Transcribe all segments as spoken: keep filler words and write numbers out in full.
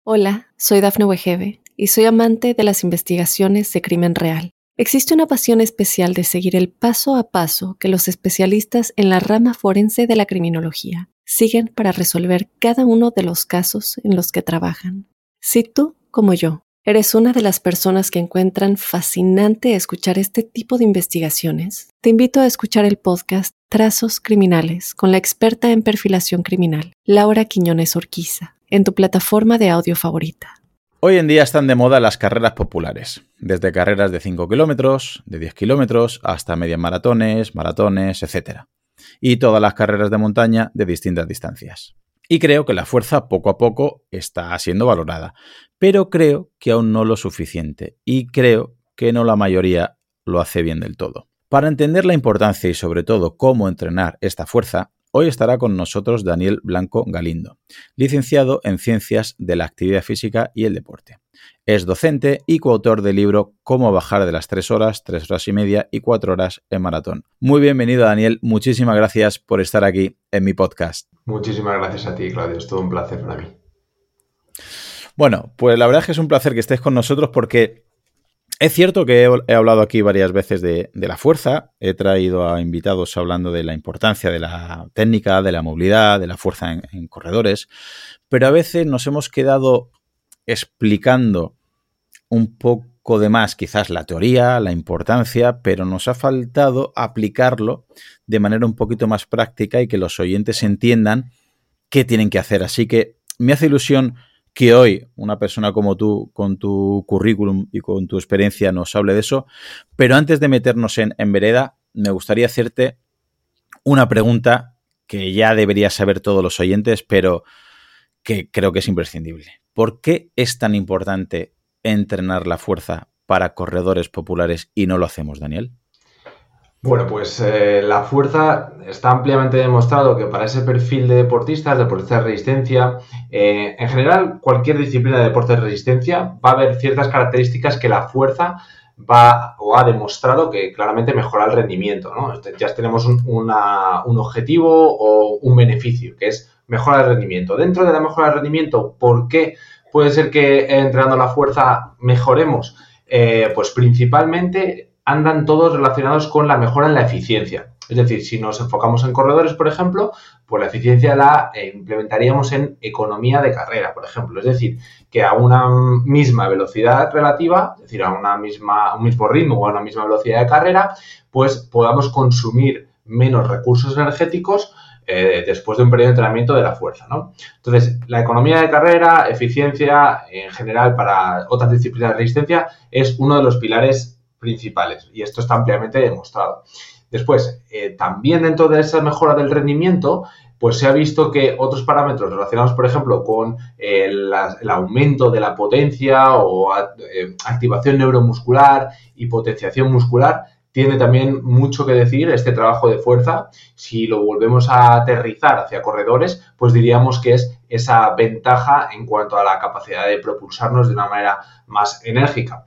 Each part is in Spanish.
Hola, soy Dafne Wegebe y soy amante de las investigaciones de crimen real. Existe una pasión especial de seguir el paso a paso que los especialistas en la rama forense de la criminología siguen para resolver cada uno de los casos en los que trabajan. Si tú, como yo, eres una de las personas que encuentran fascinante escuchar este tipo de investigaciones, te invito a escuchar el podcast Trazos Criminales con la experta en perfilación criminal, Laura Quiñones Orquiza, en tu plataforma de audio favorita. Hoy en día están de moda las carreras populares, desde carreras de cinco kilómetros, de diez kilómetros, hasta medias maratones, maratones, etcétera. Y todas las carreras de montaña de distintas distancias. Y creo que la fuerza poco a poco está siendo valorada, pero creo que aún no lo suficiente y creo que no la mayoría lo hace bien del todo. Para entender la importancia y sobre todo cómo entrenar esta fuerza, hoy estará con nosotros Daniel Blanco Galindo, licenciado en Ciencias de la Actividad Física y el Deporte. Es docente y coautor del libro Cómo bajar de las tres horas, tres horas y media y cuatro horas en maratón. Muy bienvenido, Daniel. Muchísimas gracias por estar aquí en mi podcast. Muchísimas gracias a ti, Claudio. Es todo un placer para mí. Bueno, pues la verdad es que es un placer que estés con nosotros porque es cierto que he, he hablado aquí varias veces de, de la fuerza, he traído a invitados hablando de la importancia de la técnica, de la movilidad, de la fuerza en, en corredores, pero a veces nos hemos quedado explicando un poco de más quizás la teoría, la importancia, pero nos ha faltado aplicarlo de manera un poquito más práctica y que los oyentes entiendan qué tienen que hacer. Así que me hace ilusión que hoy una persona como tú, con tu currículum y con tu experiencia, nos hable de eso. Pero antes de meternos en, en vereda, me gustaría hacerte una pregunta que ya deberían saber todos los oyentes, pero que creo que es imprescindible. ¿Por qué es tan importante entrenar la fuerza para corredores populares y no lo hacemos, Daniel? Bueno, pues eh, la fuerza está ampliamente demostrado que para ese perfil de deportistas, deportistas de resistencia, eh, en general cualquier disciplina de deporte de resistencia va a haber ciertas características que la fuerza va o ha demostrado que claramente mejora el rendimiento, ¿no? Ya tenemos un, una, un objetivo o un beneficio, que es mejorar el rendimiento. Dentro de la mejora del rendimiento, ¿por qué puede ser que entrenando la fuerza mejoremos? Eh, pues principalmente andan todos relacionados con la mejora en la eficiencia. Es decir, si nos enfocamos en corredores, por ejemplo, pues la eficiencia la eh, implementaríamos en economía de carrera, por ejemplo. Es decir, que a una misma velocidad relativa, es decir, a una misma, un mismo ritmo o a una misma velocidad de carrera, pues podamos consumir menos recursos energéticos eh, después de un periodo de entrenamiento de la fuerza, ¿no? Entonces, la economía de carrera, eficiencia, en general para otras disciplinas de resistencia, es uno de los pilares principales, y esto está ampliamente demostrado. Después, eh, también dentro de esa mejora del rendimiento, pues se ha visto que otros parámetros relacionados, por ejemplo, con eh, la, el aumento de la potencia o a, eh, activación neuromuscular y potenciación muscular, tiene también mucho que decir este trabajo de fuerza. Si lo volvemos a aterrizar hacia corredores, pues diríamos que es esa ventaja en cuanto a la capacidad de propulsarnos de una manera más enérgica.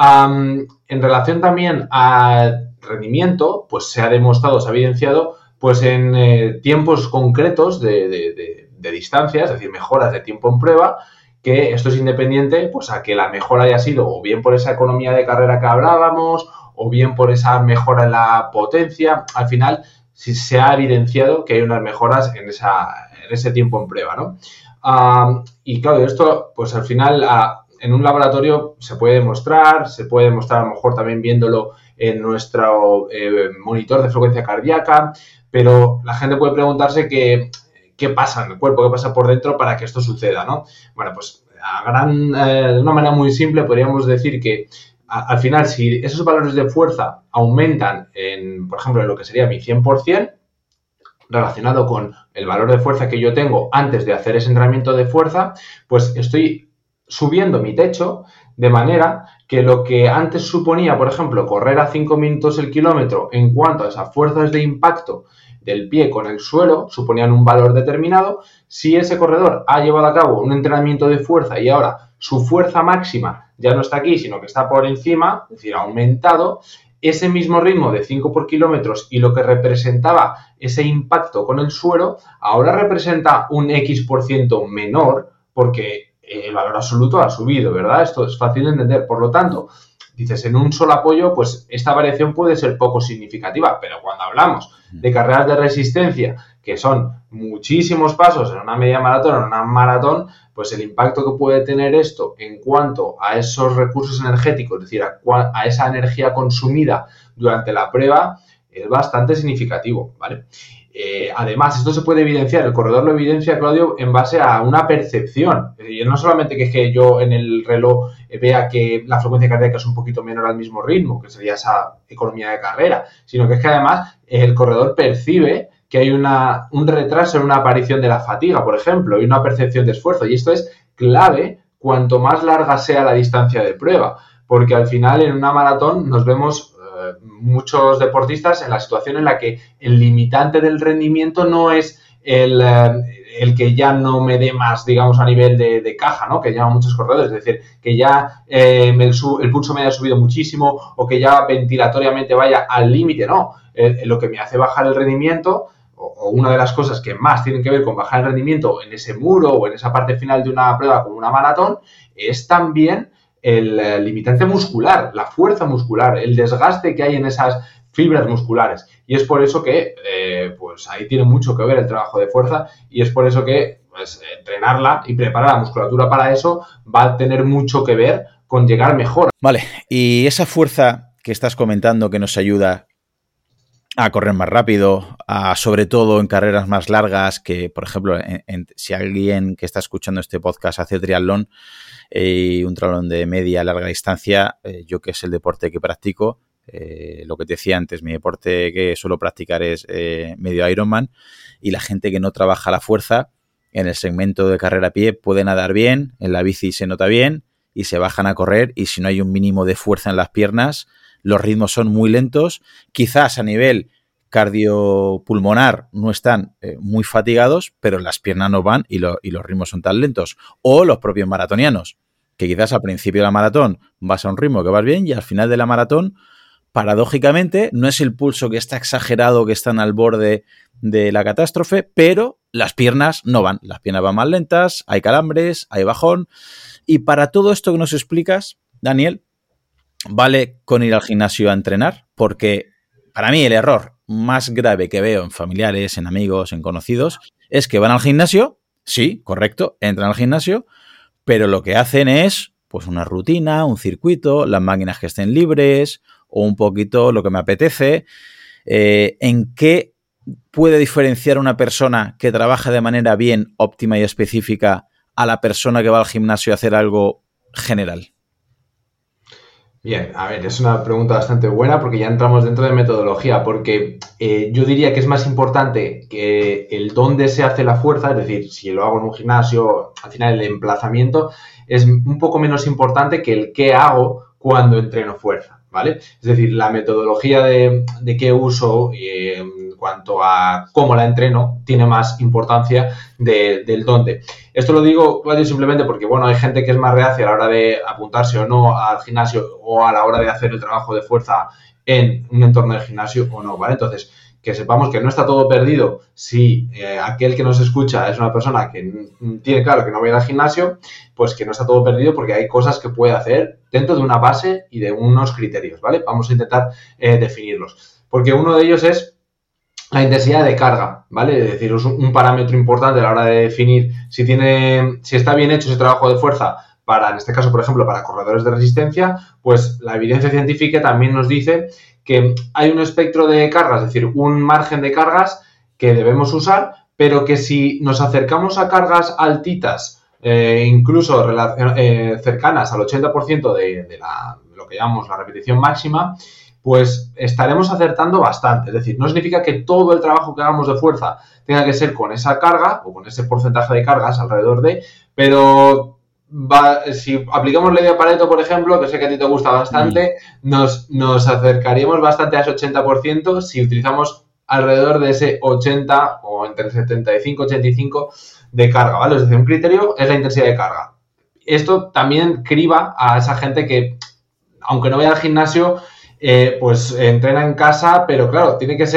Um, en relación también al rendimiento, pues se ha demostrado, se ha evidenciado, pues en eh, tiempos concretos de, de, de, de distancia, es decir, mejoras de tiempo en prueba, que esto es independiente pues a que la mejora haya sido o bien por esa economía de carrera que hablábamos, o bien por esa mejora en la potencia. Al final, sí se ha evidenciado que hay unas mejoras en, esa, en ese tiempo en prueba, ¿no? Um, y claro, esto, pues al final, uh, en un laboratorio se puede demostrar, se puede demostrar a lo mejor también viéndolo en nuestro eh, monitor de frecuencia cardíaca, pero la gente puede preguntarse qué, qué pasa en el cuerpo, qué pasa por dentro para que esto suceda, ¿no? Bueno, pues a gran, eh, de una manera muy simple podríamos decir que al final, si esos valores de fuerza aumentan, en, por ejemplo, en lo que sería mi cien por ciento, relacionado con el valor de fuerza que yo tengo antes de hacer ese entrenamiento de fuerza, pues estoy subiendo mi techo de manera que lo que antes suponía, por ejemplo, correr a cinco minutos el kilómetro en cuanto a esas fuerzas de impacto del pie con el suelo, suponían un valor determinado. Si ese corredor ha llevado a cabo un entrenamiento de fuerza y ahora su fuerza máxima ya no está aquí, sino que está por encima, es decir, ha aumentado, ese mismo ritmo de cinco por kilómetros y lo que representaba ese impacto con el suelo, ahora representa un X por ciento menor, porque el valor absoluto ha subido, ¿verdad? Esto es fácil de entender. Por lo tanto, dices, en un solo apoyo, pues esta variación puede ser poco significativa, pero cuando hablamos de carreras de resistencia, que son muchísimos pasos en una media maratón o en una maratón, pues el impacto que puede tener esto en cuanto a esos recursos energéticos, es decir, a, a esa energía consumida durante la prueba, es bastante significativo, ¿vale? Eh, además, esto se puede evidenciar, el corredor lo evidencia, Claudio, en base a una percepción. Y no solamente que es que yo en el reloj vea que la frecuencia cardíaca es un poquito menor al mismo ritmo, que sería esa economía de carrera, sino que es que además el corredor percibe que hay una, un retraso en una aparición de la fatiga, por ejemplo, y una percepción de esfuerzo. Y esto es clave cuanto más larga sea la distancia de prueba, porque al final en una maratón nos vemos muchos deportistas en la situación en la que el limitante del rendimiento no es el, el que ya no me dé más, digamos, a nivel de, de caja, ¿no? Que llaman muchos corredores, es decir, que ya eh, el, el pulso me haya subido muchísimo o que ya ventilatoriamente vaya al límite, no. Eh, lo que me hace bajar el rendimiento, o, o una de las cosas que más tienen que ver con bajar el rendimiento en ese muro o en esa parte final de una prueba como una maratón, es también el eh, limitante muscular, la fuerza muscular, el desgaste que hay en esas fibras musculares. Y es por eso que, eh, pues ahí tiene mucho que ver el trabajo de fuerza y es por eso que, pues, entrenarla y preparar la musculatura para eso va a tener mucho que ver con llegar mejor. Vale, y esa fuerza que estás comentando que nos ayuda a correr más rápido, a, sobre todo en carreras más largas, que, por ejemplo, en, en, si alguien que está escuchando este podcast hace triatlón, y eh, un triatlón de media larga distancia, eh, yo que es el deporte que practico, eh, lo que te decía antes, mi deporte que suelo practicar es eh, medio Ironman, y la gente que no trabaja la fuerza en el segmento de carrera a pie puede nadar bien, en la bici se nota bien y se bajan a correr, y si no hay un mínimo de fuerza en las piernas, los ritmos son muy lentos, quizás a nivel cardiopulmonar no están eh, muy fatigados, pero las piernas no van y, lo, y los ritmos son tan lentos. O los propios maratonianos, que quizás al principio de la maratón vas a un ritmo que vas bien y al final de la maratón, paradójicamente, no es el pulso que está exagerado, que están al borde de la catástrofe, pero las piernas no van. Las piernas van más lentas, hay calambres, hay bajón. Y para todo esto que nos explicas, Daniel, vale con ir al gimnasio a entrenar, porque para mí el error más grave que veo en familiares, en amigos, en conocidos, es que van al gimnasio, sí, correcto, entran al gimnasio, pero lo que hacen es pues una rutina, un circuito, las máquinas que estén libres o un poquito lo que me apetece. Eh, ¿En qué puede diferenciar una persona que trabaja de manera bien, óptima y específica a la persona que va al gimnasio a hacer algo general? Bien, a ver, es una pregunta bastante buena porque ya entramos dentro de metodología, porque eh, yo diría que es más importante que el dónde se hace la fuerza, es decir, si lo hago en un gimnasio, al final el emplazamiento es un poco menos importante que el qué hago cuando entreno fuerza, ¿vale? Es decir, la metodología de, de qué uso eh, en cuanto a cómo la entreno tiene más importancia de, del dónde. Esto lo digo, Claudio, simplemente porque, bueno, hay gente que es más reacia a la hora de apuntarse o no al gimnasio o a la hora de hacer el trabajo de fuerza en un entorno de gimnasio o no, ¿vale? Entonces, que sepamos que no está todo perdido si eh, aquel que nos escucha es una persona que n- tiene claro que no va a ir al gimnasio, pues que no está todo perdido porque hay cosas que puede hacer dentro de una base y de unos criterios, ¿vale? Vamos a intentar eh, definirlos. Porque uno de ellos es la intensidad de carga, ¿vale? Es decir, es un parámetro importante a la hora de definir si tiene, si está bien hecho ese trabajo de fuerza para, en este caso, por ejemplo, para corredores de resistencia, pues la evidencia científica también nos dice que hay un espectro de cargas, es decir, un margen de cargas que debemos usar, pero que si nos acercamos a cargas altitas, eh, incluso relacion- eh, cercanas al ochenta por ciento de, de, la, de lo que llamamos la repetición máxima, pues estaremos acertando bastante. Es decir, no significa que todo el trabajo que hagamos de fuerza tenga que ser con esa carga o con ese porcentaje de cargas alrededor de, pero va, si aplicamos ley de Pareto, por ejemplo, que sé que a ti te gusta bastante, mm. nos, nos acercaríamos bastante a ese ochenta por ciento si utilizamos alrededor de ese ochenta o entre setenta y cinco y ochenta y cinco de carga, ¿vale? Es decir, un criterio es la intensidad de carga. Esto también criba a esa gente que, aunque no vaya al gimnasio, Eh, pues entrena en casa, pero claro, tiene que ser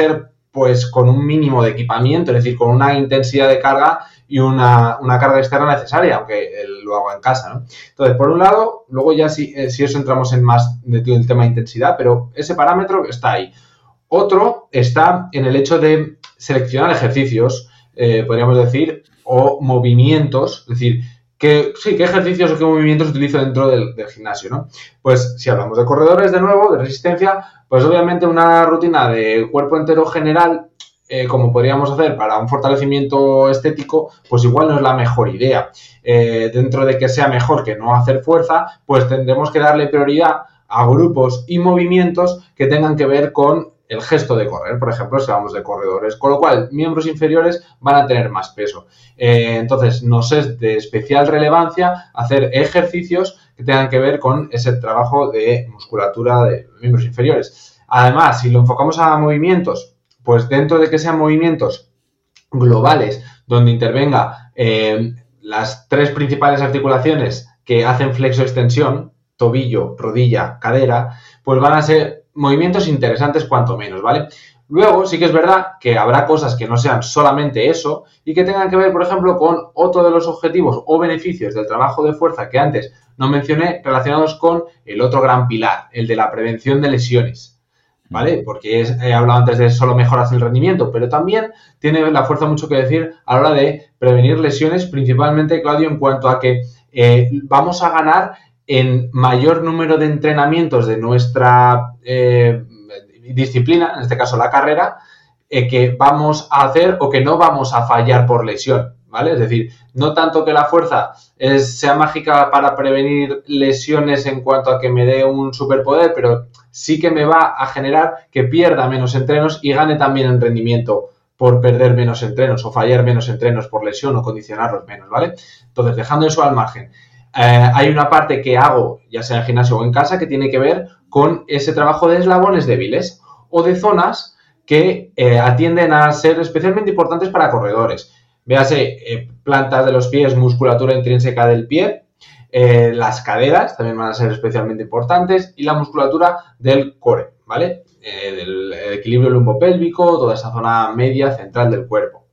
pues con un mínimo de equipamiento, es decir, con una intensidad de carga y una, una carga externa necesaria, aunque lo haga en casa, ¿no? Entonces, por un lado, luego ya si, eh, si eso entramos en más del tema de intensidad, pero ese parámetro está ahí. Otro está en el hecho de seleccionar ejercicios, eh, podríamos decir, o movimientos, es decir, que, sí, qué ejercicios o qué movimientos utilizo dentro del, del gimnasio, ¿no? Pues si hablamos de corredores, de nuevo, de resistencia, pues obviamente una rutina de cuerpo entero general, eh, como podríamos hacer para un fortalecimiento estético, pues igual no es la mejor idea. Eh, dentro de que sea mejor que no hacer fuerza, pues tendremos que darle prioridad a grupos y movimientos que tengan que ver con el gesto de correr, por ejemplo, si hablamos de corredores, con lo cual miembros inferiores van a tener más peso. Eh, entonces, nos es de especial relevancia hacer ejercicios que tengan que ver con ese trabajo de musculatura de miembros inferiores. Además, si lo enfocamos a movimientos, pues dentro de que sean movimientos globales, donde intervenga eh, las tres principales articulaciones que hacen flexo-extensión, tobillo, rodilla, cadera, pues van a ser movimientos interesantes cuanto menos, ¿vale? Luego sí que es verdad que habrá cosas que no sean solamente eso y que tengan que ver, por ejemplo, con otro de los objetivos o beneficios del trabajo de fuerza que antes no mencioné, relacionados con el otro gran pilar, el de la prevención de lesiones, ¿vale? Porque es, he hablado antes de solo mejoras el rendimiento, pero también tiene la fuerza mucho que decir a la hora de prevenir lesiones, principalmente, Claudio, en cuanto a que eh, vamos a ganar en mayor número de entrenamientos de nuestra eh, disciplina, en este caso la carrera, eh, que vamos a hacer o que no vamos a fallar por lesión, ¿vale? Es decir, no tanto que la fuerza es, sea mágica para prevenir lesiones en cuanto a que me dé un superpoder, pero sí que me va a generar que pierda menos entrenos y gane también en rendimiento por perder menos entrenos o fallar menos entrenos por lesión o condicionarlos menos, ¿vale? Entonces, dejando eso al margen, Eh, hay una parte que hago, ya sea en gimnasio o en casa, que tiene que ver con ese trabajo de eslabones débiles o de zonas que eh, atienden a ser especialmente importantes para corredores. Véase, eh, plantas de los pies, musculatura intrínseca del pie, eh, las caderas también van a ser especialmente importantes y la musculatura del core, ¿vale? Eh, del equilibrio lumbopélvico, toda esa zona media central del cuerpo.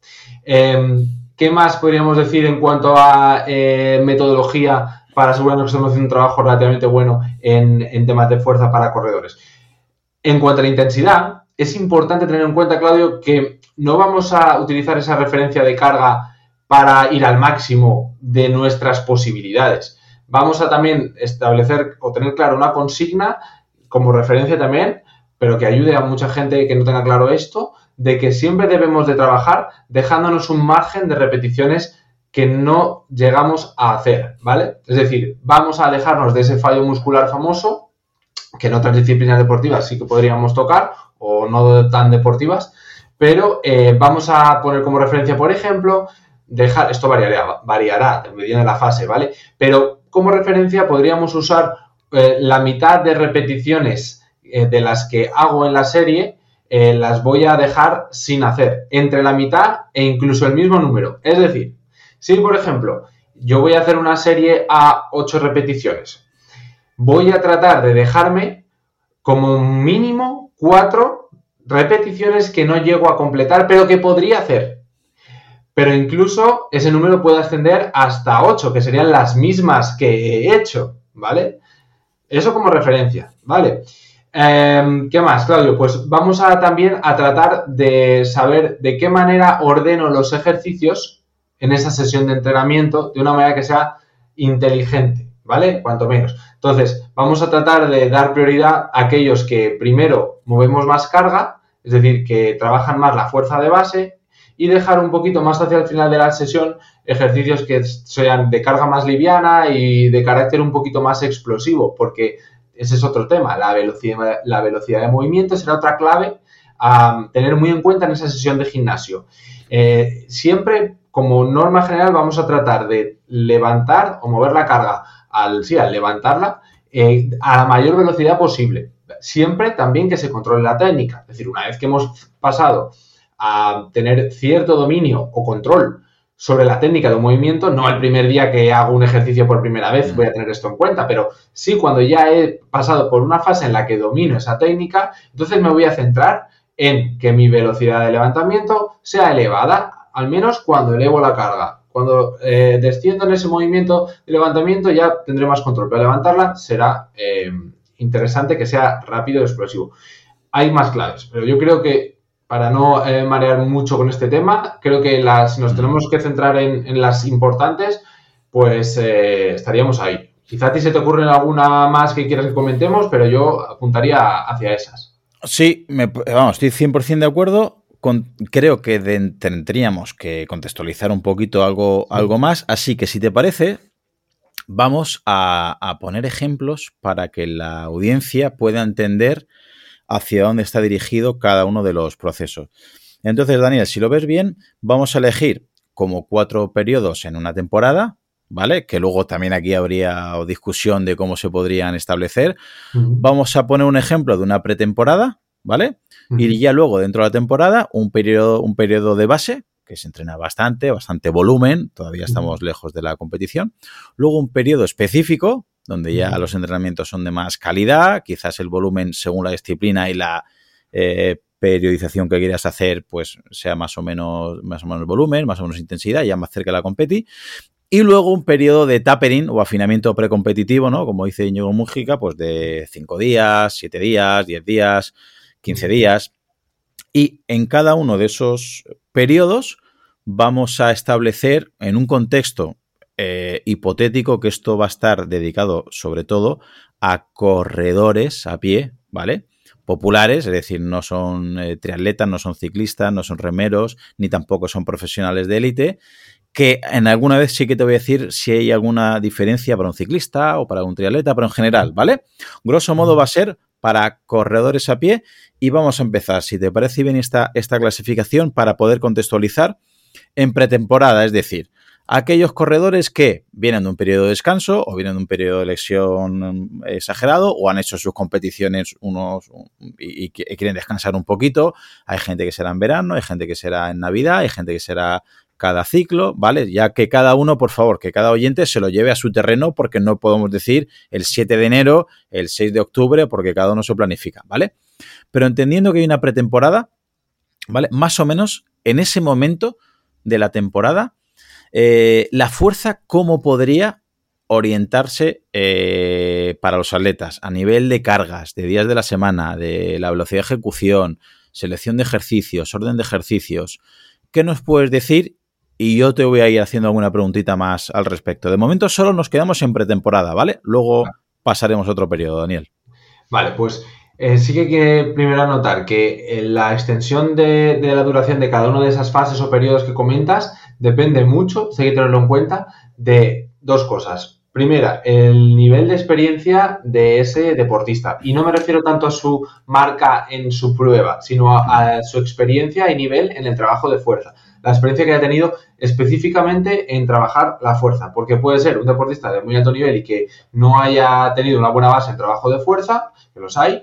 Eh, ¿Qué más podríamos decir en cuanto a eh, metodología para asegurarnos que estamos haciendo un trabajo relativamente bueno en, en temas de fuerza para corredores? En cuanto a la intensidad, es importante tener en cuenta, Claudio, que no vamos a utilizar esa referencia de carga para ir al máximo de nuestras posibilidades. Vamos a también establecer o tener claro una consigna como referencia también, pero que ayude a mucha gente que no tenga claro esto, de que siempre debemos de trabajar dejándonos un margen de repeticiones que no llegamos a hacer, ¿vale? Es decir, vamos a dejarnos de ese fallo muscular famoso, que en otras disciplinas deportivas sí que podríamos tocar, o no tan deportivas, pero eh, vamos a poner como referencia, por ejemplo, dejar, esto variará, variará dependiendo de la fase, ¿vale? Pero como referencia podríamos usar eh, la mitad de repeticiones eh, de las que hago en la serie, Eh, las voy a dejar sin hacer, entre la mitad e incluso el mismo número. Es decir, si por ejemplo yo voy a hacer una serie a ocho repeticiones, voy a tratar de dejarme como mínimo cuatro repeticiones que no llego a completar, pero que podría hacer. Pero incluso ese número puede ascender hasta ocho, que serían las mismas que he hecho, ¿vale? Eso como referencia, ¿vale? Eh, ¿Qué más, Claudio? Pues vamos a también a tratar de saber de qué manera ordeno los ejercicios en esa sesión de entrenamiento de una manera que sea inteligente, ¿vale? Cuanto menos. Entonces, vamos a tratar de dar prioridad a aquellos que primero movemos más carga, es decir, que trabajan más la fuerza de base y dejar un poquito más hacia el final de la sesión ejercicios que sean de carga más liviana y de carácter un poquito más explosivo, porque ese es otro tema, la velocidad, la velocidad de movimiento será otra clave a tener muy en cuenta en esa sesión de gimnasio. Eh, siempre, como norma general, vamos a tratar de levantar o mover la carga, al, sí, al levantarla, eh, a la mayor velocidad posible. Siempre también que se controle la técnica. Es decir, una vez que hemos pasado a tener cierto dominio o control sobre la técnica de un movimiento, no el primer día que hago un ejercicio por primera vez voy a tener esto en cuenta, pero sí cuando ya he pasado por una fase en la que domino esa técnica, entonces me voy a centrar en que mi velocidad de levantamiento sea elevada, al menos cuando elevo la carga. Cuando eh, desciendo en ese movimiento de levantamiento ya tendré más control, pero levantarla será eh, interesante que sea rápido y explosivo. Hay más claves, pero yo creo que para no eh, marear mucho con este tema, creo que las, si nos tenemos que centrar en, en las importantes, pues eh, estaríamos ahí. Quizá a ti se te ocurre alguna más que quieras que comentemos, pero yo apuntaría hacia esas. Sí, me, vamos, estoy cien por ciento de acuerdo. Con, creo que de, tendríamos que contextualizar un poquito algo, sí. algo más. Así que, si te parece, vamos a, a poner ejemplos para que la audiencia pueda entender hacia dónde está dirigido cada uno de los procesos. Entonces, Daniel, si lo ves bien, vamos a elegir como cuatro periodos en una temporada, ¿vale? Que luego también aquí habría discusión de cómo se podrían establecer. Uh-huh. Vamos a poner un ejemplo de una pretemporada, ¿vale? Uh-huh. Y ya luego, dentro de la temporada, un periodo, un periodo de base, que se entrena bastante, bastante volumen, todavía estamos uh-huh. lejos de la competición. Luego un periodo específico, donde ya uh-huh. los entrenamientos son de más calidad, quizás el volumen según la disciplina y la eh, periodización que quieras hacer, pues sea más o menos, más o menos volumen, más o menos intensidad, ya más cerca de la competi. Y luego un periodo de tapering o afinamiento precompetitivo, ¿no? Como dice Íñigo Mújica, pues de cinco días, siete días, diez días, quince días. Y en cada uno de esos periodos vamos a establecer en un contexto eh, hipotético que esto va a estar dedicado sobre todo a corredores a pie, ¿vale? Populares, es decir, no son eh, triatletas, no son ciclistas, no son remeros, ni tampoco son profesionales de élite, que en alguna vez sí que te voy a decir si hay alguna diferencia para un ciclista o para un triatleta, pero en general, ¿vale? Grosso modo va a ser para corredores a pie y vamos a empezar, si te parece bien esta, esta clasificación, para poder contextualizar en pretemporada, es decir, aquellos corredores que vienen de un periodo de descanso o vienen de un periodo de lesión exagerado o han hecho sus competiciones unos y, y quieren descansar un poquito. Hay gente que será en verano, hay gente que será en Navidad, hay gente que será cada ciclo, ¿vale? Ya que cada uno, por favor, que cada oyente se lo lleve a su terreno, porque no podemos decir el siete de enero, el seis de octubre, porque cada uno se planifica, ¿vale? Pero entendiendo que hay una pretemporada, ¿vale? Más o menos en ese momento de la temporada, eh, la fuerza, ¿cómo podría orientarse eh, para los atletas a nivel de cargas, de días de la semana, de la velocidad de ejecución, selección de ejercicios, orden de ejercicios? ¿Qué nos puedes decir? Y yo te voy a ir haciendo alguna preguntita más al respecto. De momento solo nos quedamos en pretemporada, ¿vale? Luego pasaremos a otro periodo, Daniel. Vale, pues eh, sí que hay que primero anotar que eh, la extensión de, de la duración de cada una de esas fases o periodos que comentas depende mucho, hay que tenerlo en cuenta, de dos cosas. Primera, el nivel de experiencia de ese deportista. Y no me refiero tanto a su marca en su prueba, sino a, a su experiencia y nivel en el trabajo de fuerza. La experiencia que haya tenido específicamente en trabajar la fuerza. Porque puede ser un deportista de muy alto nivel y que no haya tenido una buena base en trabajo de fuerza, que los hay,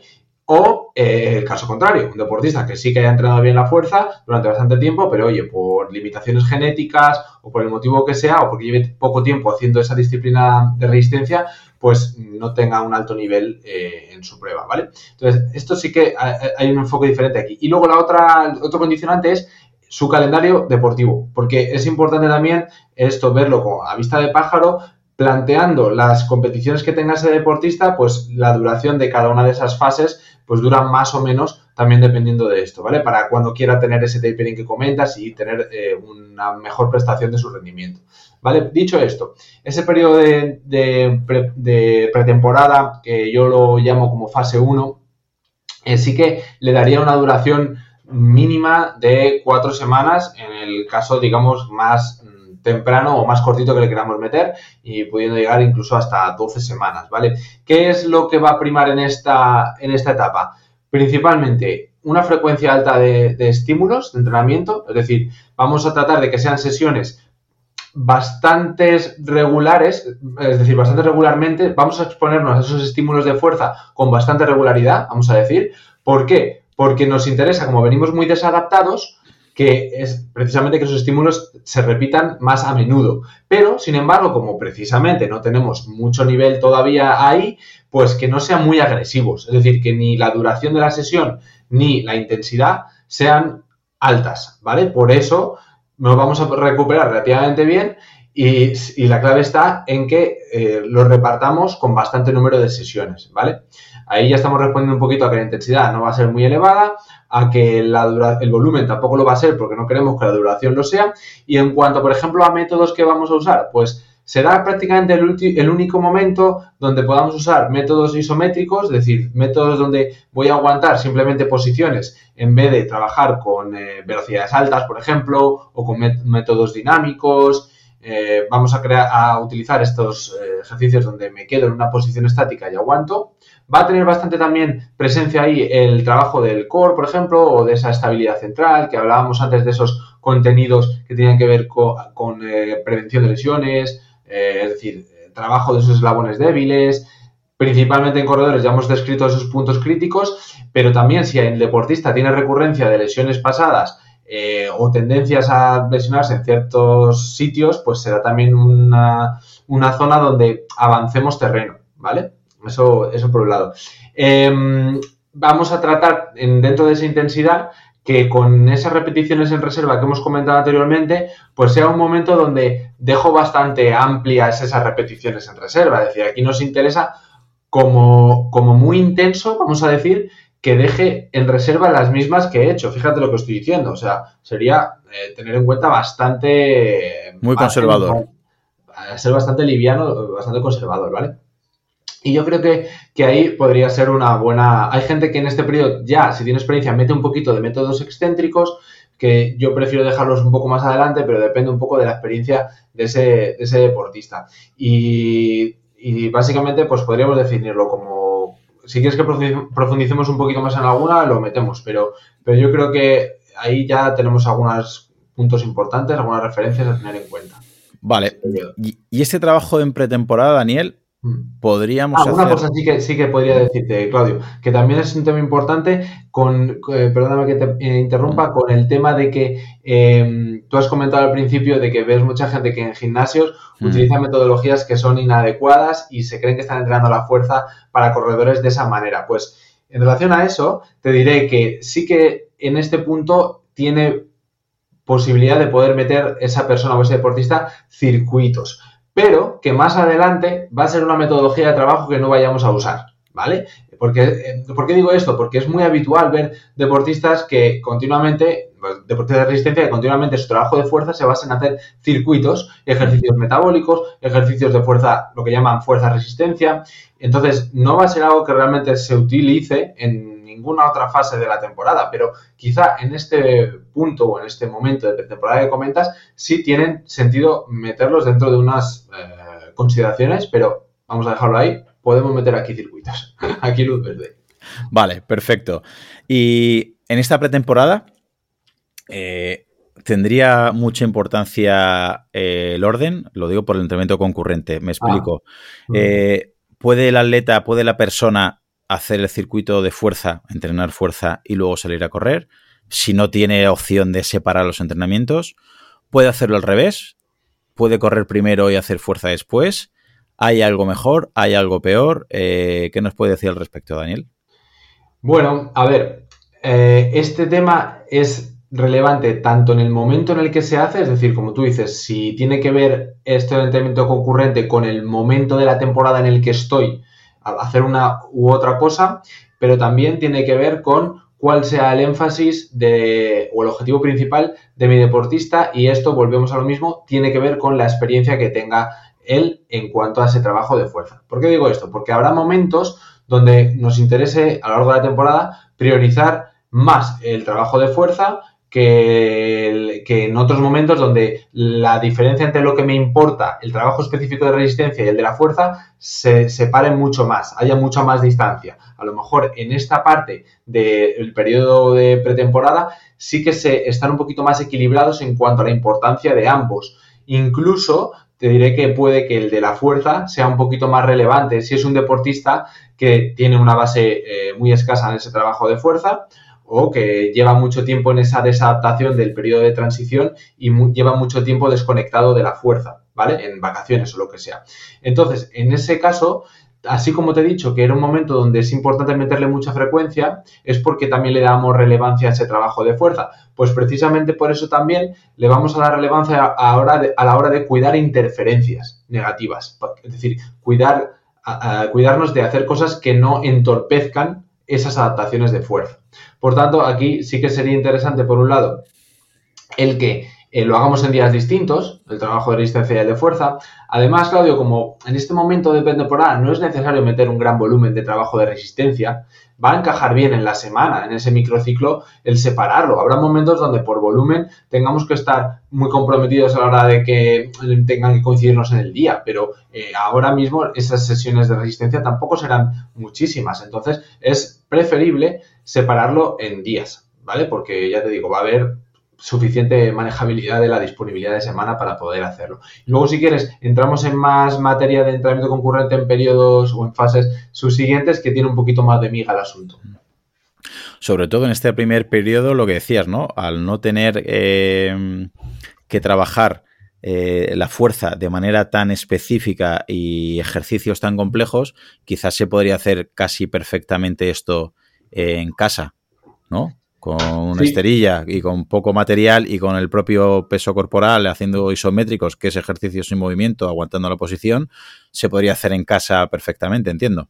o eh, el caso contrario, un deportista que sí que haya entrenado bien la fuerza durante bastante tiempo, pero oye, por limitaciones genéticas o por el motivo que sea, o porque lleve poco tiempo haciendo esa disciplina de resistencia, pues no tenga un alto nivel eh, en su prueba, ¿vale? Entonces, esto sí que hay un enfoque diferente aquí. Y luego la otra, otro condicionante es su calendario deportivo, porque es importante también esto verlo como a vista de pájaro, planteando las competiciones que tenga ese deportista, pues la duración de cada una de esas fases pues dura más o menos también dependiendo de esto, ¿vale? Para cuando quiera tener ese tapering que comentas y tener eh, una mejor prestación de su rendimiento, ¿vale? Dicho esto, ese periodo de, de, pre, de pretemporada, que yo lo llamo como fase uno, eh, sí que le daría una duración mínima de cuatro semanas en el caso, digamos, más temprano o más cortito que le queramos meter y pudiendo llegar incluso hasta doce semanas, ¿vale? ¿Qué es lo que va a primar en esta, en esta etapa? Principalmente una frecuencia alta de, de estímulos, de entrenamiento, es decir, vamos a tratar de que sean sesiones bastantes regulares, es decir, bastante regularmente, vamos a exponernos a esos estímulos de fuerza con bastante regularidad, vamos a decir. ¿Por qué? Porque nos interesa, como venimos muy desadaptados, que es precisamente que esos estímulos se repitan más a menudo. Pero, sin embargo, como precisamente no tenemos mucho nivel todavía ahí, pues que no sean muy agresivos. Es decir, que ni la duración de la sesión ni la intensidad sean altas, ¿vale? Por eso nos vamos a recuperar relativamente bien y, y la clave está en que eh, lo repartamos con bastante número de sesiones, ¿vale? Ahí ya estamos respondiendo un poquito a que la intensidad no va a ser muy elevada, a que la dura, el volumen tampoco lo va a ser porque no queremos que la duración lo sea. Y en cuanto, por ejemplo, a métodos que vamos a usar, pues será prácticamente el, el único momento donde podamos usar métodos isométricos, es decir, métodos donde voy a aguantar simplemente posiciones en vez de trabajar con eh, velocidades altas, por ejemplo, o con métodos dinámicos. Eh, vamos a, crear, a utilizar estos eh, ejercicios donde me quedo en una posición estática y aguanto. Va a tener bastante también presencia ahí el trabajo del core, por ejemplo, o de esa estabilidad central, que hablábamos antes de esos contenidos que tenían que ver con, con eh, prevención de lesiones, eh, es decir, trabajo de esos eslabones débiles. Principalmente en corredores ya hemos descrito esos puntos críticos, pero también si el deportista tiene recurrencia de lesiones pasadas, Eh, o tendencias a lesionarse en ciertos sitios, pues será también una, una zona donde avancemos terreno, ¿vale? Eso, eso por un lado. Eh, vamos a tratar en, dentro de esa intensidad que con esas repeticiones en reserva que hemos comentado anteriormente, pues sea un momento donde dejo bastante amplias esas repeticiones en reserva. Es decir, aquí nos interesa como, como muy intenso, vamos a decir, que deje en reserva las mismas que he hecho. Fíjate lo que estoy diciendo. O sea, sería eh, tener en cuenta bastante... Muy conservador. Bastante, ser bastante liviano, bastante conservador, ¿vale? Y yo creo que, que ahí podría ser una buena... Hay gente que en este periodo ya, si tiene experiencia, mete un poquito de métodos excéntricos, que yo prefiero dejarlos un poco más adelante, pero depende un poco de la experiencia de ese, de ese deportista. Y, y básicamente, pues podríamos definirlo como... Si quieres que profundicemos un poquito más en alguna, lo metemos, pero, pero yo creo que ahí ya tenemos algunos puntos importantes, algunas referencias a tener en cuenta. Vale. Y, y este trabajo en pretemporada, Daniel, podríamos ah, hacer... Una cosa sí que, sí que podría decirte, Claudio, que también es un tema importante con, eh, perdóname que te eh, interrumpa, con el tema de que eh, tú has comentado al principio de que ves mucha gente que en gimnasios mm. utiliza metodologías que son inadecuadas y se creen que están entrenando la fuerza para corredores de esa manera. Pues en relación a eso, te diré que sí que en este punto tiene posibilidad de poder meter esa persona o ese deportista circuitos, pero que más adelante va a ser una metodología de trabajo que no vayamos a usar, ¿vale? Porque, ¿por qué digo esto? Porque es muy habitual ver deportistas que continuamente, deportistas de resistencia, que continuamente su trabajo de fuerza se basa en hacer circuitos, ejercicios metabólicos, ejercicios de fuerza, lo que llaman fuerza-resistencia. Entonces, no va a ser algo que realmente se utilice en ninguna otra fase de la temporada, pero quizá en este punto o en este momento de pretemporada que comentas, sí tienen sentido meterlos dentro de unas eh, consideraciones, pero vamos a dejarlo ahí. Podemos meter aquí circuitos, aquí luz verde. Vale, perfecto. Y en esta pretemporada, eh, ¿tendría mucha importancia eh, el orden? Lo digo por el entrenamiento concurrente, me explico. Ah. Eh, ¿Puede el atleta, puede la persona hacer el circuito de fuerza, entrenar fuerza y luego salir a correr? Si no tiene opción de separar los entrenamientos, ¿puede hacerlo al revés? ¿Puede correr primero y hacer fuerza después? ¿Hay algo mejor? ¿Hay algo peor? Eh, ¿Qué nos puede decir al respecto, Daniel? Bueno, a ver, eh, este tema es relevante tanto en el momento en el que se hace, es decir, como tú dices, si tiene que ver este entrenamiento concurrente con el momento de la temporada en el que estoy a hacer una u otra cosa, pero también tiene que ver con cuál sea el énfasis de, o el objetivo principal de mi deportista, y esto, volvemos a lo mismo, tiene que ver con la experiencia que tenga él en cuanto a ese trabajo de fuerza. ¿Por qué digo esto? Porque habrá momentos donde nos interese a lo largo de la temporada priorizar más el trabajo de fuerza que, el, que en otros momentos donde la diferencia entre lo que me importa, el trabajo específico de resistencia y el de la fuerza, se separe mucho más, haya mucha más distancia. A lo mejor en esta parte del periodo de pretemporada sí que se están un poquito más equilibrados en cuanto a la importancia de ambos. Incluso te diré que puede que el de la fuerza sea un poquito más relevante si es un deportista que tiene una base eh, muy escasa en ese trabajo de fuerza o que lleva mucho tiempo en esa desadaptación del periodo de transición y mu- lleva mucho tiempo desconectado de la fuerza, ¿vale? En vacaciones o lo que sea. Entonces, en ese caso, así como te he dicho que era un momento donde es importante meterle mucha frecuencia, es porque también le damos relevancia a ese trabajo de fuerza. Pues precisamente por eso también le vamos a dar relevancia a, hora de, a la hora de cuidar interferencias negativas. Es decir, cuidar, a, a, cuidarnos de hacer cosas que no entorpezcan esas adaptaciones de fuerza. Por tanto, aquí sí que sería interesante, por un lado, el que eh, lo hagamos en días distintos, el trabajo de resistencia y el de fuerza. Además, Claudio, como en este momento de pretemporada no es necesario meter un gran volumen de trabajo de resistencia, va a encajar bien en la semana, en ese microciclo, el separarlo. Habrá momentos donde por volumen tengamos que estar muy comprometidos a la hora de que tengan que coincidirnos en el día, pero eh, ahora mismo esas sesiones de resistencia tampoco serán muchísimas. Entonces, es preferible separarlo en días, ¿vale? Porque ya te digo, va a haber suficiente manejabilidad de la disponibilidad de semana para poder hacerlo. Y luego, si quieres, entramos en más materia de entrenamiento concurrente en periodos o en fases subsiguientes, que tiene un poquito más de miga el asunto. Sobre todo en este primer periodo, lo que decías, ¿no? Al no tener eh, que trabajar eh, la fuerza de manera tan específica y ejercicios tan complejos, quizás se podría hacer casi perfectamente esto eh, en casa, ¿no? Con una sí. esterilla y con poco material y con el propio peso corporal, haciendo isométricos, que es ejercicio sin movimiento, aguantando la posición, se podría hacer en casa perfectamente, entiendo.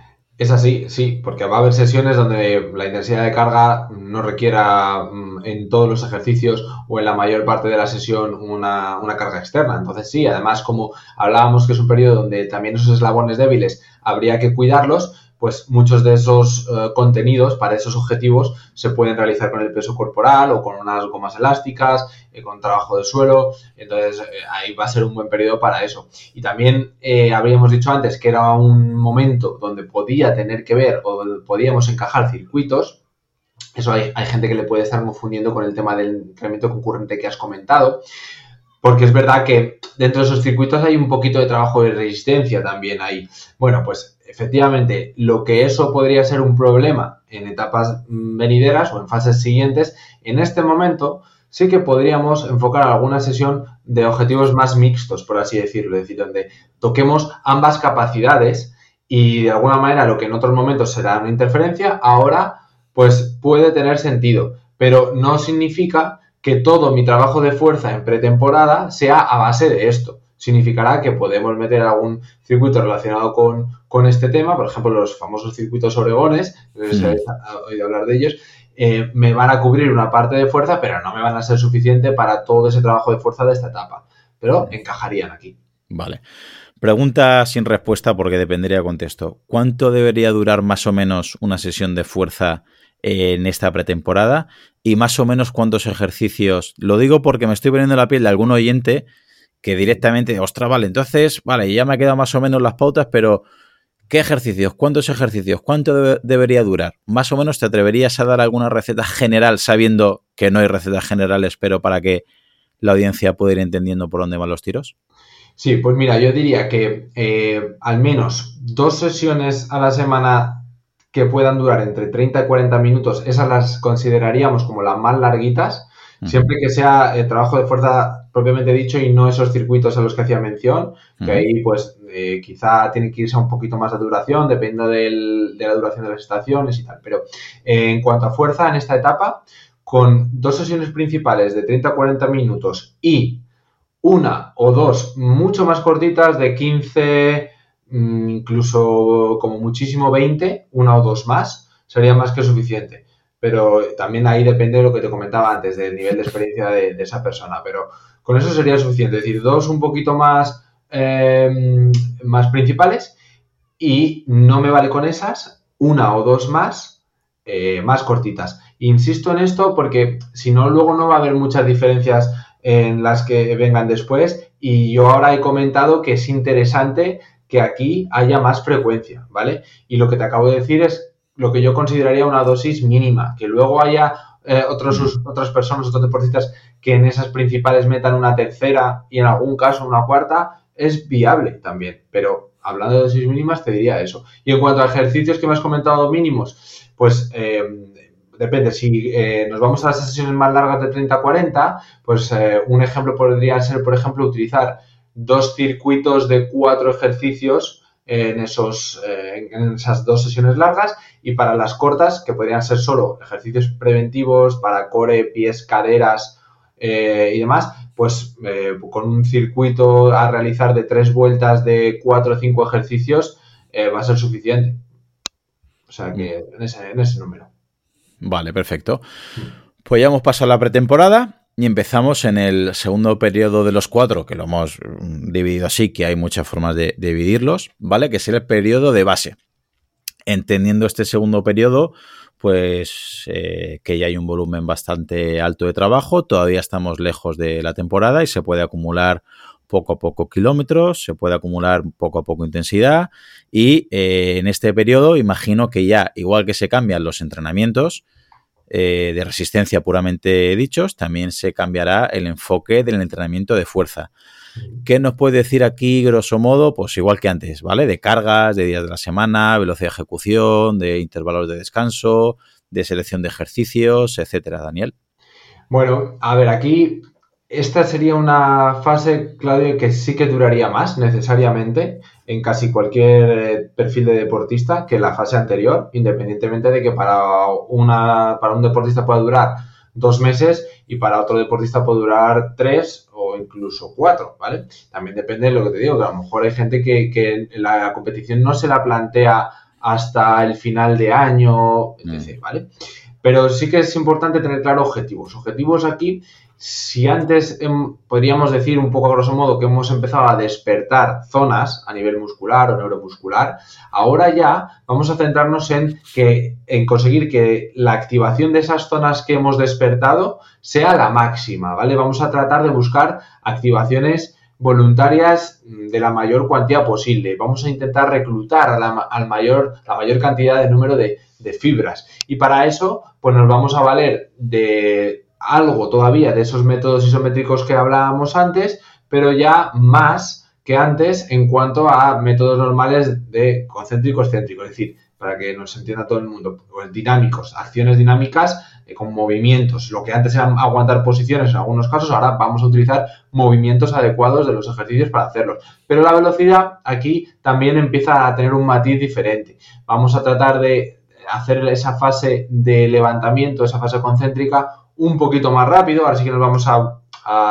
Es así, sí, porque va a haber sesiones donde la intensidad de carga no requiera en todos los ejercicios o en la mayor parte de la sesión una, una carga externa. Entonces sí, además, como hablábamos que es un periodo donde también esos eslabones débiles habría que cuidarlos, pues muchos de esos uh, contenidos para esos objetivos se pueden realizar con el peso corporal o con unas gomas elásticas, eh, con trabajo de suelo. Entonces, eh, ahí va a ser un buen periodo para eso. Y también eh, habríamos dicho antes que era un momento donde podía tener que ver o podíamos encajar circuitos. Eso hay, hay gente que le puede estar confundiendo con el tema del entrenamiento concurrente que has comentado. Porque es verdad que dentro de esos circuitos hay un poquito de trabajo de resistencia también ahí. Bueno, pues efectivamente, lo que eso podría ser un problema en etapas venideras o en fases siguientes, en este momento sí que podríamos enfocar alguna sesión de objetivos más mixtos, por así decirlo, es decir, donde toquemos ambas capacidades y de alguna manera lo que en otros momentos será una interferencia, ahora pues puede tener sentido, pero no significa que todo mi trabajo de fuerza en pretemporada sea a base de esto. Significará que podemos meter algún circuito relacionado con, con este tema, por ejemplo, los famosos circuitos oregones, no sé si habéis oído hablar de ellos, eh, me van a cubrir una parte de fuerza, pero no me van a ser suficiente para todo ese trabajo de fuerza de esta etapa, pero encajarían aquí. Vale. Pregunta sin respuesta porque dependería del contexto. ¿Cuánto debería durar más o menos una sesión de fuerza en esta pretemporada? Y más o menos cuántos ejercicios. Lo digo porque me estoy poniendo en la piel de algún oyente que directamente, ostras, vale, entonces, vale, ya me ha quedado más o menos las pautas, pero ¿qué ejercicios? ¿Cuántos ejercicios? ¿Cuánto debe, debería durar? Más o menos, ¿te atreverías a dar alguna receta general sabiendo que no hay recetas generales, pero para que la audiencia pueda ir entendiendo por dónde van los tiros? Sí, pues mira, yo diría que eh, al menos dos sesiones a la semana que puedan durar entre treinta y cuarenta minutos, esas las consideraríamos como las más larguitas, uh-huh. Siempre que sea eh, trabajo de fuerza propiamente dicho y no esos circuitos a los que hacía mención, que uh-huh. ahí pues eh, quizá tiene que irse a un poquito más de duración, dependiendo del, de la duración de las estaciones y tal. Pero eh, en cuanto a fuerza en esta etapa, con dos sesiones principales de treinta a cuarenta minutos y una o dos mucho más cortitas de quince, incluso como muchísimo veinte, una o dos más, sería más que suficiente. Pero también ahí depende de lo que te comentaba antes, del nivel de experiencia de, de esa persona. Pero con eso sería suficiente. Es decir, dos un poquito más, eh, más principales y no me vale con esas, una o dos más, eh, más cortitas. Insisto en esto porque si no, luego no va a haber muchas diferencias en las que vengan después. Y yo ahora he comentado que es interesante que aquí haya más frecuencia, ¿vale? Y lo que te acabo de decir es lo que yo consideraría una dosis mínima, que luego haya eh, otros, otras personas, otros deportistas que en esas principales metan una tercera y en algún caso una cuarta, es viable también, pero hablando de dosis mínimas te diría eso. Y en cuanto a ejercicios que me has comentado mínimos, pues eh, depende, si eh, nos vamos a las sesiones más largas de treinta a cuarenta, pues eh, un ejemplo podría ser, por ejemplo, utilizar dos circuitos de cuatro ejercicios en, esos, eh, en esas dos sesiones largas, y para las cortas, que podrían ser solo ejercicios preventivos para core, pies, caderas eh, y demás, pues eh, con un circuito a realizar de tres vueltas de cuatro o cinco ejercicios eh, va a ser suficiente. O sea que en ese, en ese número. Vale, perfecto. Pues ya hemos pasado la pretemporada y empezamos en el segundo periodo de los cuatro, que lo hemos dividido así, que hay muchas formas de, de dividirlos, ¿vale? Que es el periodo de base. Entendiendo este segundo periodo, pues eh, que ya hay un volumen bastante alto de trabajo, todavía estamos lejos de la temporada y se puede acumular poco a poco kilómetros, se puede acumular poco a poco intensidad y eh, en este periodo imagino que ya, igual que se cambian los entrenamientos eh, de resistencia puramente dichos, también se cambiará el enfoque del entrenamiento de fuerza. ¿Qué nos puede decir aquí, grosso modo? Pues igual que antes, ¿vale? De cargas, de días de la semana, velocidad de ejecución, de intervalos de descanso, de selección de ejercicios, etcétera. Daniel. Bueno, a ver, aquí esta sería una fase, Claudio, que sí que duraría más necesariamente en casi cualquier perfil de deportista que la fase anterior, independientemente de que para, una, para un deportista pueda durar dos meses y para otro deportista puede durar tres o incluso cuatro, ¿vale? También depende de lo que te digo, que a lo mejor hay gente que, que la competición no se la plantea hasta el final de año, etcétera, ¿vale? Pero sí que es importante tener claro objetivos. Objetivos aquí, si antes eh, podríamos decir un poco a grosso modo que hemos empezado a despertar zonas a nivel muscular o neuromuscular, ahora ya vamos a centrarnos en, que, en conseguir que la activación de esas zonas que hemos despertado sea la máxima, ¿vale? Vamos a tratar de buscar activaciones voluntarias de la mayor cuantía posible. Vamos a intentar reclutar a la, al mayor, la mayor cantidad de número de, de fibras. Y para eso, pues nos vamos a valer de algo todavía de esos métodos isométricos que hablábamos antes, pero ya más que antes en cuanto a métodos normales de concéntrico-excéntrico, es decir, para que nos entienda todo el mundo, pues dinámicos, acciones dinámicas eh, con movimientos. Lo que antes era aguantar posiciones en algunos casos, ahora vamos a utilizar movimientos adecuados de los ejercicios para hacerlos. Pero la velocidad aquí también empieza a tener un matiz diferente. Vamos a tratar de hacer esa fase de levantamiento, esa fase concéntrica, un poquito más rápido. Ahora sí que nos vamos a, a,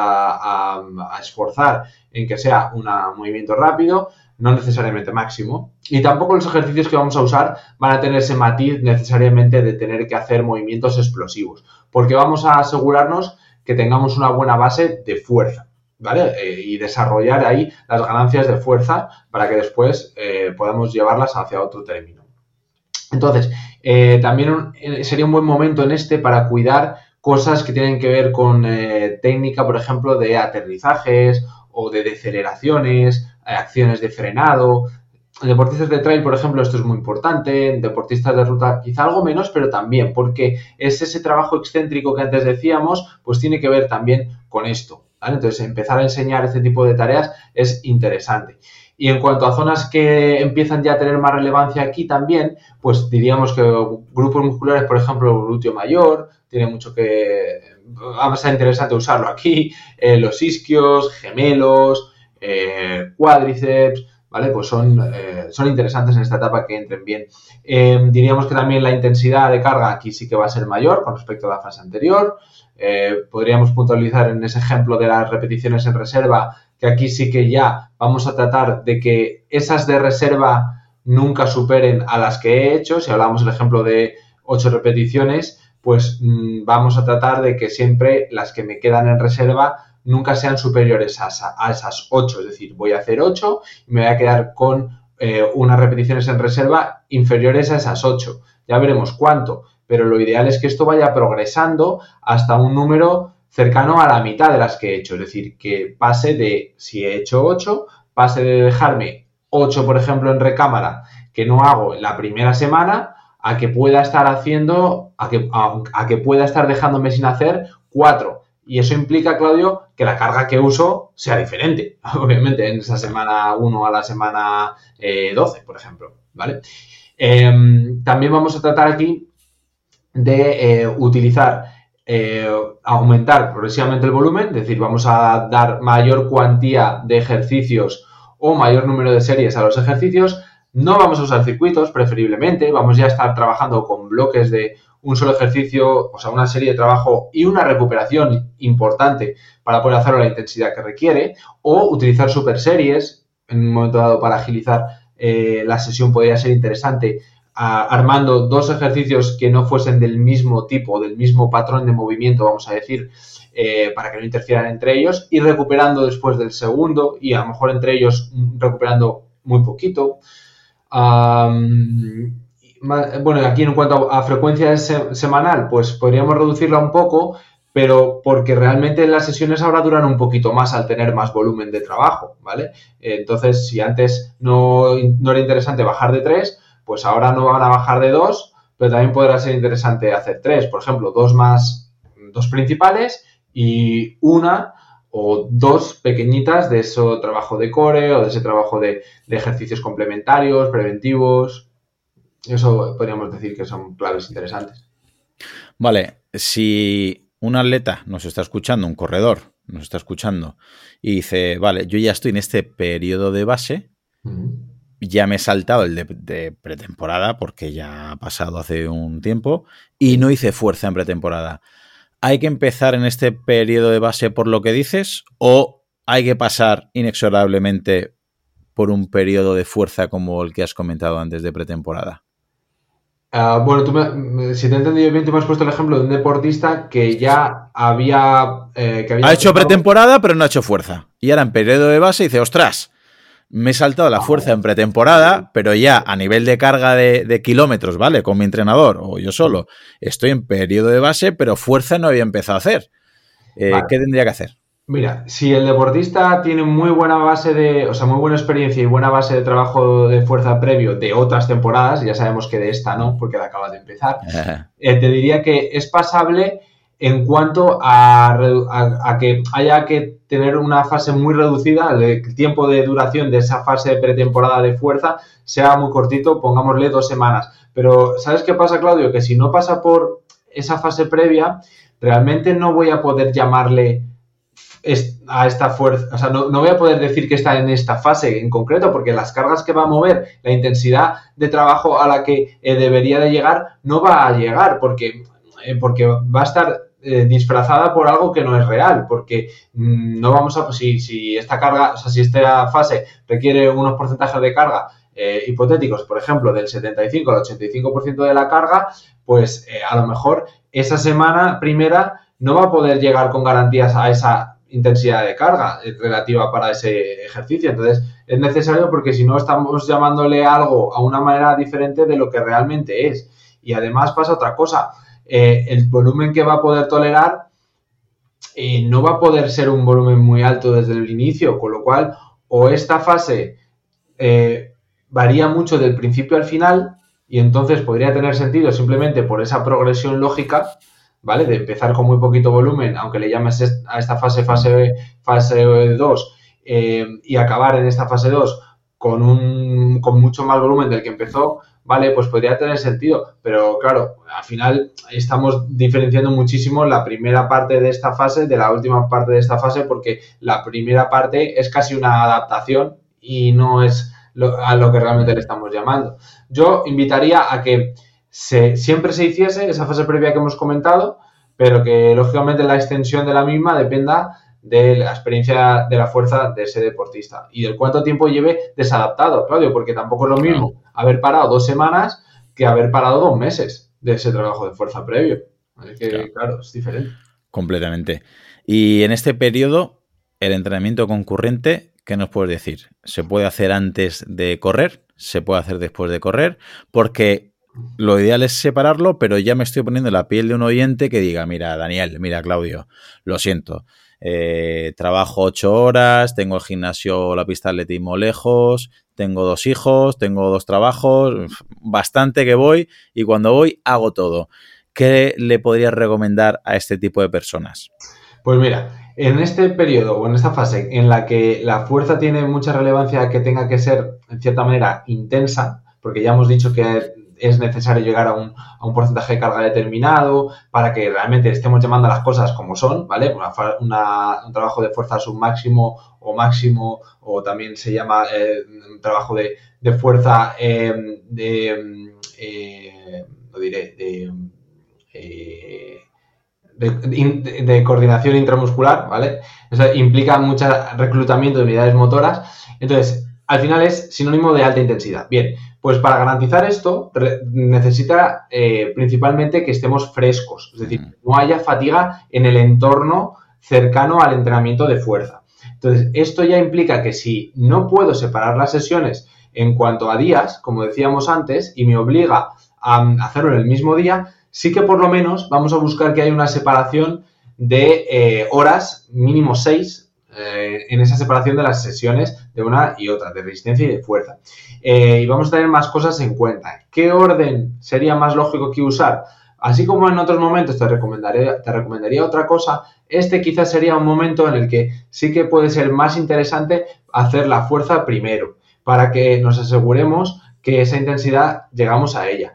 a, a esforzar en que sea un movimiento rápido, no necesariamente máximo. Y tampoco los ejercicios que vamos a usar van a tener ese matiz necesariamente de tener que hacer movimientos explosivos, porque vamos a asegurarnos que tengamos una buena base de fuerza, ¿vale? Eh, y desarrollar ahí las ganancias de fuerza para que después eh, podamos llevarlas hacia otro término. Entonces, eh, también un, eh, sería un buen momento en este para cuidar cosas que tienen que ver con eh, técnica, por ejemplo, de aterrizajes o de deceleraciones, eh, acciones de frenado. En deportistas de trail, por ejemplo, esto es muy importante. En deportistas de ruta quizá algo menos, pero también, porque es ese trabajo excéntrico que antes decíamos, pues tiene que ver también con esto, ¿vale? Entonces, empezar a enseñar este tipo de tareas es interesante. Y en cuanto a zonas que empiezan ya a tener más relevancia aquí también, pues diríamos que grupos musculares, por ejemplo, el glúteo mayor, tiene mucho que... va a ser interesante usarlo aquí, eh, los isquios, gemelos, eh, cuádriceps, ¿vale? Pues son, eh, son interesantes en esta etapa que entren bien. Eh, diríamos que también la intensidad de carga aquí sí que va a ser mayor con respecto a la fase anterior. Eh, podríamos puntualizar en ese ejemplo de las repeticiones en reserva, que aquí sí que ya vamos a tratar de que esas de reserva nunca superen a las que he hecho. Si hablamos del ejemplo de ocho repeticiones, pues mmm, vamos a tratar de que siempre las que me quedan en reserva nunca sean superiores a, a esas ocho. Es decir, voy a hacer ocho y me voy a quedar con eh, unas repeticiones en reserva inferiores a esas ocho. Ya veremos cuánto, pero lo ideal es que esto vaya progresando hasta un número cercano a la mitad de las que he hecho. Es decir, que pase de, si he hecho ocho, pase de dejarme ocho, por ejemplo, en recámara, que no hago en la primera semana, a que pueda estar haciendo, a que, a, a que pueda estar dejándome sin hacer cuatro. Y eso implica, Claudio, que la carga que uso sea diferente, obviamente, en esa semana uno a la semana eh, doce, por ejemplo, ¿vale? Eh, también vamos a tratar aquí de eh, utilizar, eh, aumentar progresivamente el volumen, es decir, vamos a dar mayor cuantía de ejercicios o mayor número de series a los ejercicios. No vamos a usar circuitos, preferiblemente, vamos ya a estar trabajando con bloques de un solo ejercicio, o sea, una serie de trabajo y una recuperación importante para poder hacerlo a la intensidad que requiere, o utilizar super series en un momento dado para agilizar eh, la sesión. Podría ser interesante a, armando dos ejercicios que no fuesen del mismo tipo, del mismo patrón de movimiento, vamos a decir, eh, para que no interfieran entre ellos, y recuperando después del segundo y a lo mejor entre ellos recuperando muy poquito. Um, Bueno, aquí en cuanto a frecuencia semanal, pues podríamos reducirla un poco, pero porque realmente las sesiones ahora duran un poquito más al tener más volumen de trabajo, ¿vale? Entonces, si antes no, no era interesante bajar de tres, pues ahora no van a bajar de dos, pero también podrá ser interesante hacer tres. Por ejemplo, dos más, dos principales y una o dos pequeñitas de ese trabajo de core o de ese trabajo de, de ejercicios complementarios, preventivos. Eso podríamos decir que son claves interesantes. Vale, si un atleta nos está escuchando, un corredor nos está escuchando y dice, vale, yo ya estoy en este periodo de base, uh-huh. ya me he saltado el de, de pretemporada porque ya ha pasado hace un tiempo y no hice fuerza en pretemporada. ¿Hay que empezar en este periodo de base por lo que dices o hay que pasar inexorablemente por un periodo de fuerza como el que has comentado antes de pretemporada? Uh, bueno, tú me, si te he entendido bien, tú me has puesto el ejemplo de un deportista que ya había... Eh, que había ha hecho pretemporada, pero no ha hecho fuerza. Y ahora en periodo de base dice, ostras, me he saltado la fuerza en pretemporada, pero ya a nivel de carga de, de kilómetros, ¿vale? Con mi entrenador o yo solo, estoy en periodo de base, pero fuerza no había empezado a hacer. Eh, vale. ¿Qué tendría que hacer? Mira, si el deportista tiene muy buena base de, o sea, muy buena experiencia y buena base de trabajo de fuerza previo de otras temporadas, ya sabemos que de esta no, porque la acabas de empezar, eh, te diría que es pasable en cuanto a, a, a que haya que tener una fase muy reducida, el tiempo de duración de esa fase de pretemporada de fuerza sea muy cortito, pongámosle dos semanas. Pero, ¿sabes qué pasa, Claudio? Que si no pasa por esa fase previa, realmente no voy a poder llamarle a esta fuerza, o sea, no, no voy a poder decir que está en esta fase en concreto, porque las cargas que va a mover, la intensidad de trabajo a la que eh, debería de llegar, no va a llegar, porque, eh, porque va a estar eh, disfrazada por algo que no es real, porque mmm, no vamos a, si, si esta carga, o sea, si esta fase requiere unos porcentajes de carga eh, hipotéticos, por ejemplo, del setenta y cinco al ochenta y cinco por ciento de la carga, pues eh, a lo mejor esa semana primera no va a poder llegar con garantías a esa intensidad de carga relativa para ese ejercicio. Entonces, es necesario porque si no estamos llamándole algo a una manera diferente de lo que realmente es. Y además pasa otra cosa. Eh, el volumen que va a poder tolerar eh, no va a poder ser un volumen muy alto desde el inicio, con lo cual o esta fase eh, varía mucho del principio al final y entonces podría tener sentido simplemente por esa progresión lógica, ¿vale? De empezar con muy poquito volumen, aunque le llames a esta fase, fase, fase dos, eh, y acabar en esta fase dos con, un, con mucho más volumen del que empezó, ¿vale? Pues podría tener sentido, pero claro, al final estamos diferenciando muchísimo la primera parte de esta fase de la última parte de esta fase, porque la primera parte es casi una adaptación y no es lo, a lo que realmente le estamos llamando. Yo invitaría a que Se, siempre se hiciese esa fase previa que hemos comentado, pero que lógicamente la extensión de la misma dependa de la experiencia de la fuerza de ese deportista y del cuánto tiempo lleve desadaptado, Claudio, porque tampoco es lo mismo claro. haber parado dos semanas que haber parado dos meses de ese trabajo de fuerza previo. Es que, claro. claro, es diferente. Completamente. Y en este periodo, el entrenamiento concurrente, ¿qué nos puedes decir? ¿Se puede hacer antes de correr? ¿Se puede hacer después de correr? Porque lo ideal es separarlo, pero ya me estoy poniendo en la piel de un oyente que diga, mira, Daniel, mira, Claudio, lo siento, eh, trabajo ocho horas, tengo el gimnasio, la pista de atletismo lejos, tengo dos hijos, tengo dos trabajos, bastante que voy y cuando voy hago todo. ¿Qué le podrías recomendar a este tipo de personas? Pues mira, en este periodo o en esta fase en la que la fuerza tiene mucha relevancia que tenga que ser, en cierta manera, intensa, porque ya hemos dicho que es necesario llegar a un, a un porcentaje de carga determinado para que realmente estemos llamando a las cosas como son, ¿vale? Una, una, un trabajo de fuerza submáximo o máximo, o también se llama eh, un trabajo de, de fuerza eh, de, eh, lo diré, de, eh, de, de, de coordinación intramuscular, ¿vale? Eso implica mucho reclutamiento de unidades motoras. Entonces, al final es sinónimo de alta intensidad. Bien, pues para garantizar esto necesita eh, principalmente que estemos frescos, es decir, no haya fatiga en el entorno cercano al entrenamiento de fuerza. Entonces, esto ya implica que si no puedo separar las sesiones en cuanto a días, como decíamos antes, y me obliga a hacerlo en el mismo día, sí que por lo menos vamos a buscar que haya una separación de eh, horas, mínimo seis, eh, en esa separación de las sesiones de una y otra, de resistencia y de fuerza. Eh, y vamos a tener más cosas en cuenta. ¿Qué orden sería más lógico que usar? Así como en otros momentos te recomendaría, te recomendaría otra cosa, este quizás sería un momento en el que sí que puede ser más interesante hacer la fuerza primero, para que nos aseguremos que esa intensidad llegamos a ella.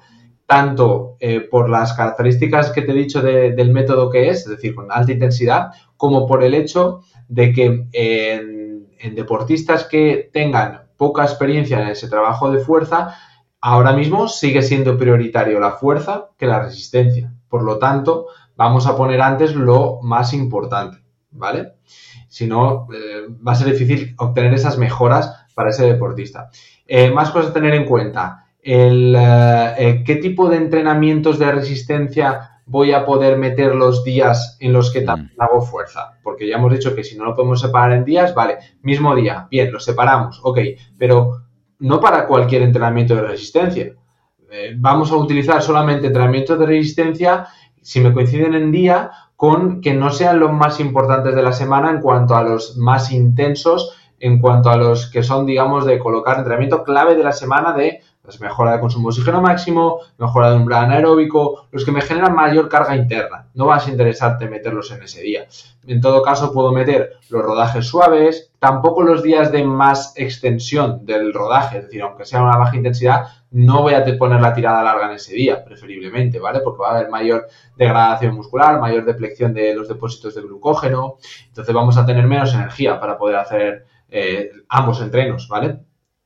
Tanto eh, por las características que te he dicho de, del método que es, es decir, con alta intensidad, como por el hecho de que en, en deportistas que tengan poca experiencia en ese trabajo de fuerza, ahora mismo sigue siendo prioritario la fuerza que la resistencia. Por lo tanto, vamos a poner antes lo más importante, ¿vale? Si no, eh, va a ser difícil obtener esas mejoras para ese deportista. Eh, más cosas a tener en cuenta. El, eh, ¿Qué tipo de entrenamientos de resistencia voy a poder meter los días en los que también hago fuerza? Porque ya hemos dicho que si no lo podemos separar en días, vale, mismo día, bien, lo separamos, ok, pero no para cualquier entrenamiento de resistencia. Eh, vamos a utilizar solamente entrenamientos de resistencia si me coinciden en día con que no sean los más importantes de la semana en cuanto a los más intensos, en cuanto a los que son, digamos, de colocar entrenamiento clave de la semana de pues, mejora de consumo de oxígeno máximo, mejora de umbral anaeróbico, los que me generan mayor carga interna. No vas a interesarte meterlos en ese día. En todo caso, puedo meter los rodajes suaves, tampoco los días de más extensión del rodaje, es decir, aunque sea una baja intensidad, no voy a poner la tirada larga en ese día, preferiblemente, ¿vale? Porque va a haber mayor degradación muscular, mayor deplección de los depósitos de glucógeno, entonces vamos a tener menos energía para poder hacer eh, ambos entrenos, ¿vale?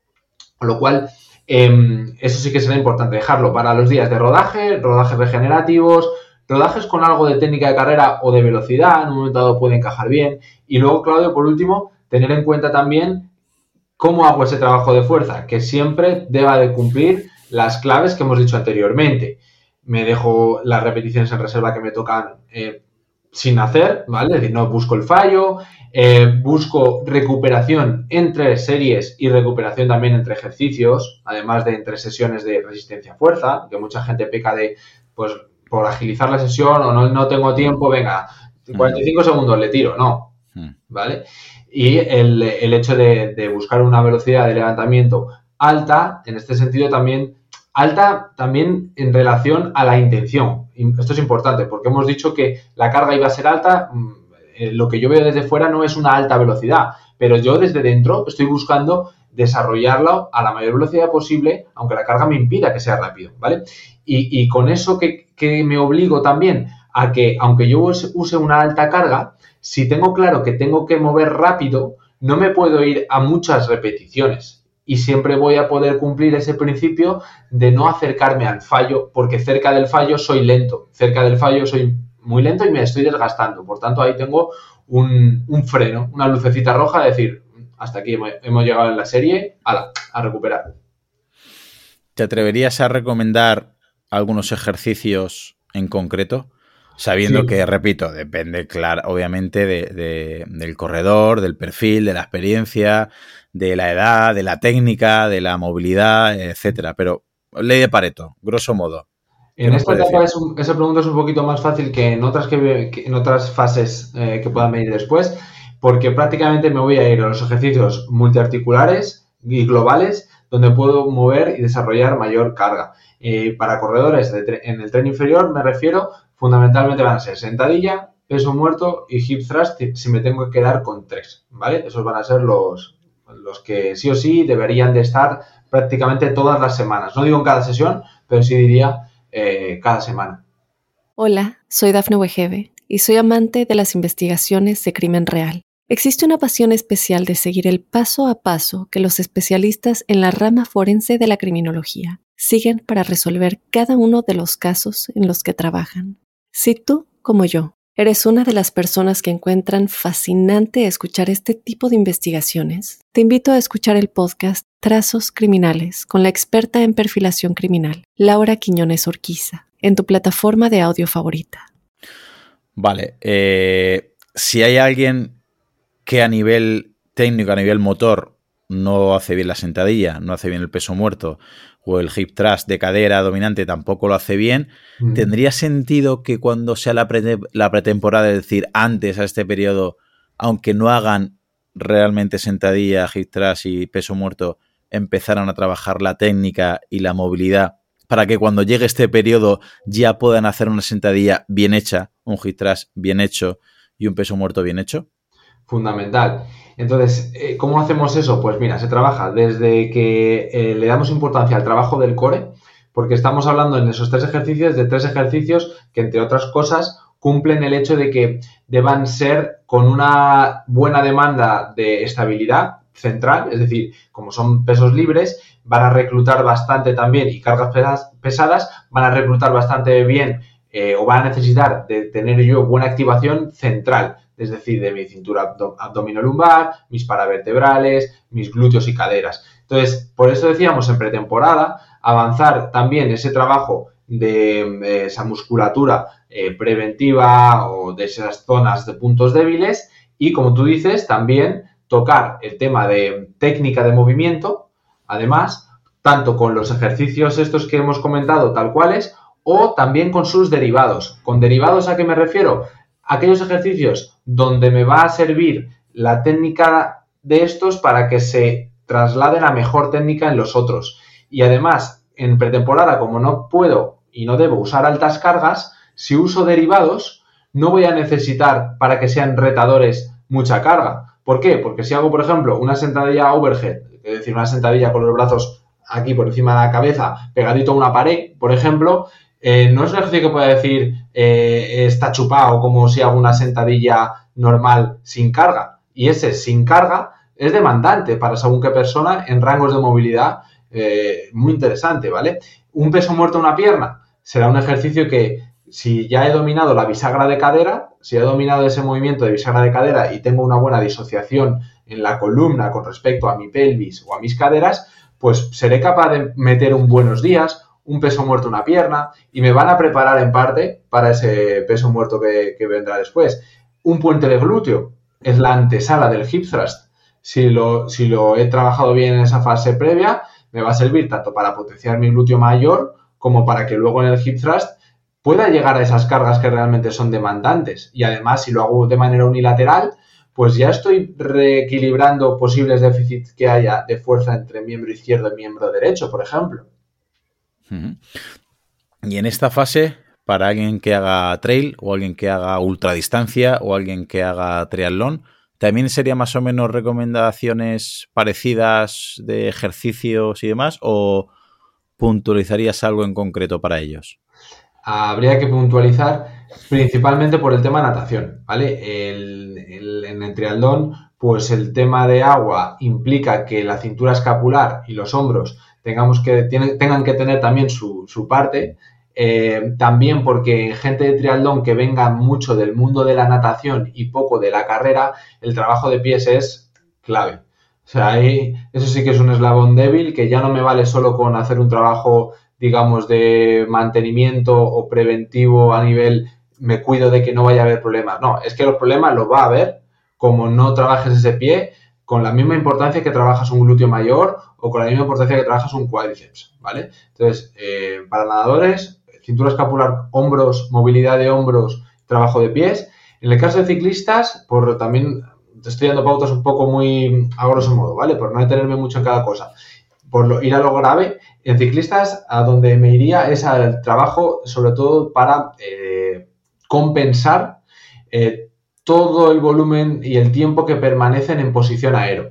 Con lo cual, eh, eso sí que será importante dejarlo para los días de rodaje, rodajes regenerativos, rodajes con algo de técnica de carrera o de velocidad, en un momento dado puede encajar bien. Y luego, Claudio, por último, tener en cuenta también cómo hago ese trabajo de fuerza, que siempre deba de cumplir las claves que hemos dicho anteriormente. Me dejo las repeticiones en reserva que me tocan eh, sin hacer, ¿vale? Es decir, no busco el fallo, eh, busco recuperación entre series y recuperación también entre ejercicios, además de entre sesiones de resistencia-fuerza, que mucha gente peca de, pues, por agilizar la sesión o no, no tengo tiempo, venga, cuarenta y cinco segundos le tiro, no, ¿vale? Y el, el hecho de, de buscar una velocidad de levantamiento alta, en este sentido también, alta también en relación a la intención. Esto es importante porque hemos dicho que la carga iba a ser alta, lo que yo veo desde fuera no es una alta velocidad, pero yo desde dentro estoy buscando desarrollarlo a la mayor velocidad posible, aunque la carga me impida que sea rápido, ¿vale? Y, y con eso que, que me obligo también a que, aunque yo use una alta carga, si tengo claro que tengo que mover rápido, no me puedo ir a muchas repeticiones y siempre voy a poder cumplir ese principio de no acercarme al fallo, porque cerca del fallo soy lento, cerca del fallo soy muy lento y me estoy desgastando. Por tanto, ahí tengo un, un freno, una lucecita roja de decir, hasta aquí hemos, hemos llegado en la serie, ala, a recuperar. ¿Te atreverías a recomendar algunos ejercicios en concreto? Sabiendo sí. que, repito, depende, claro, obviamente, de, de, del corredor, del perfil, de la experiencia, de la edad, de la técnica, de la movilidad, etcétera. Pero ley de Pareto, grosso modo. En esta etapa es un, esa pregunta es un poquito más fácil que en otras, que, que en otras fases eh, que puedan venir después, porque prácticamente me voy a ir a los ejercicios multiarticulares y globales, donde puedo mover y desarrollar mayor carga. Eh, para corredores de tre- en el tren inferior me refiero, fundamentalmente van a ser sentadilla, peso muerto y hip thrust si me tengo que quedar con tres, ¿vale? Esos van a ser los, los que sí o sí deberían de estar prácticamente todas las semanas. No digo en cada sesión, pero sí diría eh, cada semana. Hola, soy Dafne Wegebe y soy amante de las investigaciones de crimen real. Existe una pasión especial de seguir el paso a paso que los especialistas en la rama forense de la criminología siguen para resolver cada uno de los casos en los que trabajan. Si tú, como yo, eres una de las personas que encuentran fascinante escuchar este tipo de investigaciones, te invito a escuchar el podcast Trazos Criminales con la experta en perfilación criminal, Laura Quiñones Orquiza, en tu plataforma de audio favorita. Vale, eh, si hay alguien que a nivel técnico, a nivel motor, no hace bien la sentadilla, no hace bien el peso muerto, o el hip thrust de cadera dominante tampoco lo hace bien, mm. ¿tendría sentido que cuando sea la, pre la pretemporada, es decir, antes a este periodo, aunque no hagan realmente sentadilla, hip thrust y peso muerto, empezaran a trabajar la técnica y la movilidad para que cuando llegue este periodo ya puedan hacer una sentadilla bien hecha, un hip thrust bien hecho y un peso muerto bien hecho? Fundamental. Entonces, ¿cómo hacemos eso? Pues mira, se trabaja desde que eh, le damos importancia al trabajo del core, porque estamos hablando en esos tres ejercicios de tres ejercicios que, entre otras cosas, cumplen el hecho de que deban ser con una buena demanda de estabilidad central, es decir, como son pesos libres, van a reclutar bastante también, y cargas pesadas, van a reclutar bastante bien eh, o van a necesitar de tener yo buena activación central, es decir, de mi cintura abdominolumbar, mis paravertebrales, mis glúteos y caderas. Entonces, por eso decíamos en pretemporada, avanzar también ese trabajo de eh, esa musculatura eh, preventiva o de esas zonas de puntos débiles y, como tú dices, también tocar el tema de técnica de movimiento, además, tanto con los ejercicios estos que hemos comentado tal cuales, o también con sus derivados. ¿Con derivados a qué me refiero? Aquellos ejercicios donde me va a servir la técnica de estos para que se trasladen a mejor técnica en los otros. Y además, en pretemporada, como no puedo y no debo usar altas cargas, si uso derivados, no voy a necesitar para que sean retadores mucha carga. ¿Por qué? Porque si hago, por ejemplo, una sentadilla overhead, es decir, una sentadilla con los brazos aquí por encima de la cabeza, pegadito a una pared, por ejemplo, Eh, no es un ejercicio que pueda decir eh, está chupado como si hago una sentadilla normal sin carga. Y ese sin carga es demandante para según qué persona en rangos de movilidad eh, muy interesante, ¿vale? Un peso muerto a una pierna será un ejercicio que si ya he dominado la bisagra de cadera, si he dominado ese movimiento de bisagra de cadera y tengo una buena disociación en la columna con respecto a mi pelvis o a mis caderas, pues seré capaz de meter un buenos días, un peso muerto una pierna y me van a preparar en parte para ese peso muerto que, que vendrá después. Un puente de glúteo es la antesala del hip thrust. Si lo, si lo he trabajado bien en esa fase previa, me va a servir tanto para potenciar mi glúteo mayor como para que luego en el hip thrust pueda llegar a esas cargas que realmente son demandantes. Y además, si lo hago de manera unilateral, pues ya estoy reequilibrando posibles déficits que haya de fuerza entre miembro izquierdo y miembro derecho, por ejemplo. Y en esta fase, para alguien que haga trail o alguien que haga ultradistancia o alguien que haga triatlón, ¿también sería más o menos recomendaciones parecidas de ejercicios y demás o puntualizarías algo en concreto para ellos? Habría que puntualizar principalmente por el tema natación, ¿vale? El, el, en el triatlón, pues el tema de agua implica que la cintura escapular y los hombros tengamos que, tienen, tengan que tener también su, su parte, eh, también porque gente de triatlón que venga mucho del mundo de la natación y poco de la carrera, el trabajo de pies es clave. O sea, ahí, eso sí que es un eslabón débil que ya no me vale solo con hacer un trabajo, digamos, de mantenimiento o preventivo a nivel me cuido de que no vaya a haber problemas. No, es que los problemas los va a haber como no trabajes ese pie con la misma importancia que trabajas un glúteo mayor o con la misma importancia que trabajas un cuádriceps, ¿vale? Entonces, eh, para nadadores, cintura escapular, hombros, movilidad de hombros, trabajo de pies. En el caso de ciclistas, por también te estoy dando pautas un poco muy a grosso modo, ¿vale? Por no detenerme mucho en cada cosa. Por lo, ir a lo grave, en ciclistas a donde me iría es al trabajo, sobre todo para eh, compensar eh, todo el volumen y el tiempo que permanecen en posición aero,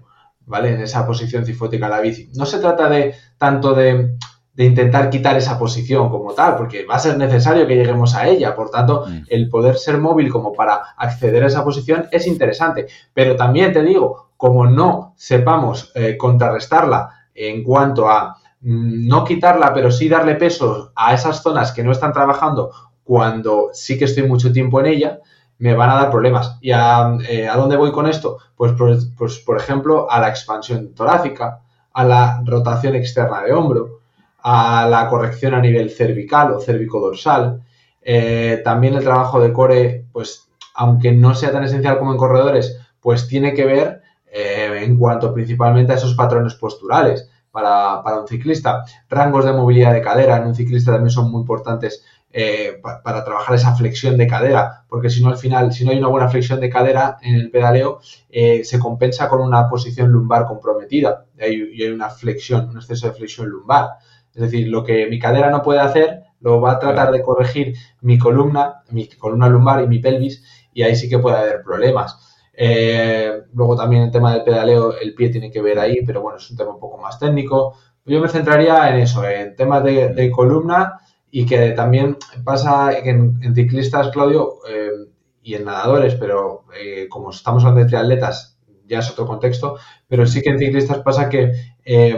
¿vale? En esa posición cifótica de la bici. No se trata de tanto de, de intentar quitar esa posición como tal, porque va a ser necesario que lleguemos a ella. Por tanto, mm. el poder ser móvil como para acceder a esa posición es interesante. Pero también te digo, como no sepamos eh, contrarrestarla en cuanto a mmm, no quitarla, pero sí darle peso a esas zonas que no están trabajando cuando sí que estoy mucho tiempo en ella, me van a dar problemas. ¿Y a, eh, a dónde voy con esto? Pues, pues, pues, por ejemplo, a la expansión torácica, a la rotación externa de hombro, a la corrección a nivel cervical o cérvico-dorsal. Eh, también el trabajo de core, pues, aunque no sea tan esencial como en corredores, pues tiene que ver eh, en cuanto principalmente a esos patrones posturales para, para un ciclista. Rangos de movilidad de cadera en un ciclista también son muy importantes Eh, pa, para trabajar esa flexión de cadera, porque si no al final, si no hay una buena flexión de cadera en el pedaleo, eh, se compensa con una posición lumbar comprometida y hay, y hay una flexión, un exceso de flexión lumbar. Es decir, lo que mi cadera no puede hacer, lo va a tratar de corregir mi columna, mi columna lumbar y mi pelvis, y ahí sí que puede haber problemas. Eh, luego también el tema del pedaleo, el pie tiene que ver ahí, pero bueno, es un tema un poco más técnico. Yo me centraría en eso, en temas de, de columna. Y que también pasa que en, en ciclistas, Claudio, eh, y en nadadores, pero eh, como estamos hablando de triatletas, ya es otro contexto, pero sí que en ciclistas pasa que eh,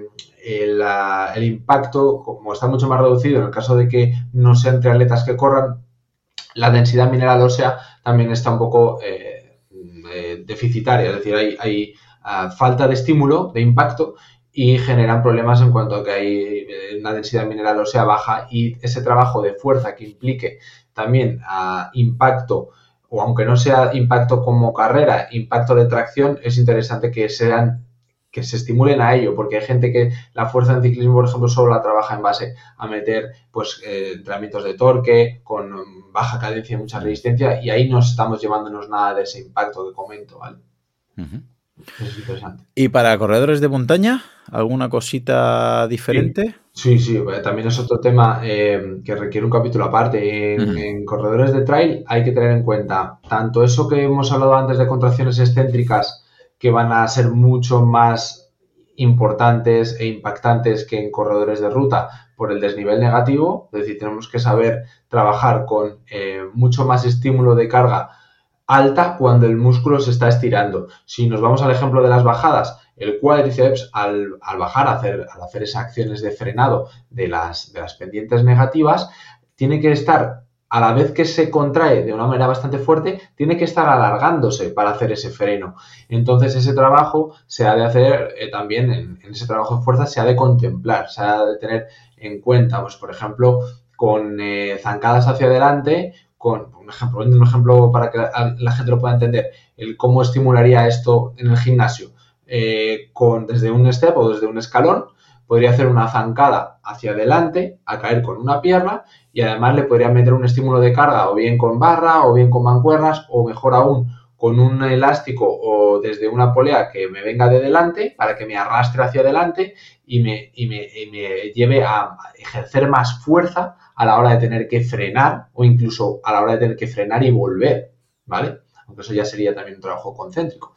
el, el impacto, como está mucho más reducido en el caso de que no sean triatletas que corran, la densidad mineral ósea también está un poco eh, eh, deficitaria, es decir, hay, hay uh, falta de estímulo, de impacto, y generan problemas en cuanto a que hay una densidad mineral ósea baja y ese trabajo de fuerza que implique también a impacto, o aunque no sea impacto como carrera, impacto de tracción, es interesante que sean que se estimulen a ello, porque hay gente que la fuerza en ciclismo, por ejemplo, solo la trabaja en base a meter pues eh, entrenamientos de torque, con baja cadencia y mucha resistencia, y ahí no estamos llevándonos nada de ese impacto que comento, ¿vale? Uh-huh. Es interesante. ¿Y para corredores de montaña? ¿Alguna cosita diferente? Sí, sí, sí, también es otro tema eh, que requiere un capítulo aparte. En, uh-huh. en corredores de trail hay que tener en cuenta tanto eso que hemos hablado antes de contracciones excéntricas, que van a ser mucho más importantes e impactantes que en corredores de ruta por el desnivel negativo. Es decir, tenemos que saber trabajar con eh, mucho más estímulo de carga alta cuando el músculo se está estirando. Si nos vamos al ejemplo de las bajadas, el cuádriceps al, al bajar, hacer, al hacer esas acciones de frenado de las, de las pendientes negativas, tiene que estar, a la vez que se contrae de una manera bastante fuerte, tiene que estar alargándose para hacer ese freno. Entonces ese trabajo se ha de hacer eh, también, en, en ese trabajo de fuerza se ha de contemplar, se ha de tener en cuenta, pues por ejemplo, con eh, zancadas hacia adelante, con un ejemplo, un ejemplo para que la, la gente lo pueda entender, el cómo estimularía esto en el gimnasio. Eh, con, desde un step o desde un escalón, podría hacer una zancada hacia adelante, a caer con una pierna, y además le podría meter un estímulo de carga o bien con barra o bien con mancuernas, o mejor aún con un elástico o desde una polea que me venga de delante para que me arrastre hacia adelante y me, y me, y me lleve a ejercer más fuerza a la hora de tener que frenar o incluso a la hora de tener que frenar y volver, ¿vale? Aunque eso ya sería también un trabajo concéntrico.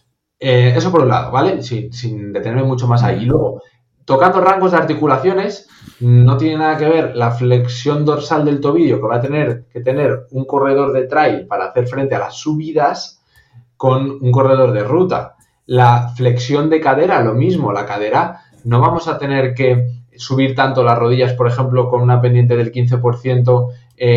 Eh, eso por un lado, ¿vale? Sin, sin detenerme mucho más ahí. Y luego, tocando rangos de articulaciones, no tiene nada que ver la flexión dorsal del tobillo que va a tener que tener un corredor de trail para hacer frente a las subidas con un corredor de ruta. La flexión de cadera, lo mismo, la cadera no vamos a tener que subir tanto las rodillas, por ejemplo, con una pendiente del quince por ciento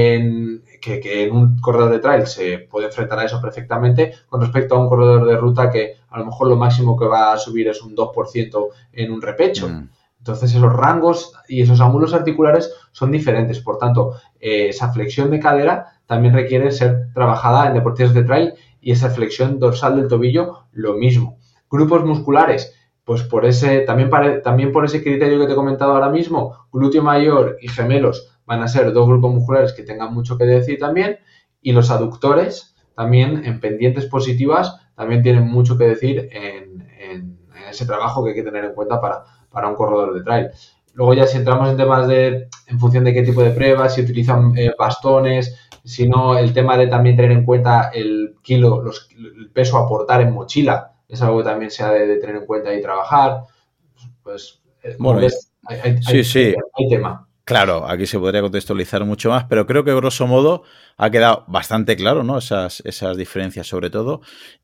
en, que, que en un corredor de trail se puede enfrentar a eso perfectamente con respecto a un corredor de ruta que a lo mejor lo máximo que va a subir es un dos por ciento en un repecho. Mm. Entonces esos rangos y esos ángulos articulares son diferentes. Por tanto, eh, esa flexión de cadera también requiere ser trabajada en deportistas de trail y esa flexión dorsal del tobillo lo mismo. Grupos musculares, pues por ese también, para, también por ese criterio que te he comentado ahora mismo, glúteo mayor y gemelos van a ser dos grupos musculares que tengan mucho que decir también, y los aductores también en pendientes positivas también tienen mucho que decir en, en, en ese trabajo que hay que tener en cuenta para, para un corredor de trail. Luego ya si entramos en temas de, en función de qué tipo de pruebas, si utilizan eh, bastones, si no, el tema de también tener en cuenta el kilo, los, el peso a aportar en mochila, es algo que también se ha de, de tener en cuenta y trabajar. Pues, bueno, ves, hay, hay, sí, hay, sí. hay, hay tema. Claro, aquí se podría contextualizar mucho más, pero creo que grosso modo ha quedado bastante claro, ¿no? Esas, esas diferencias sobre todo.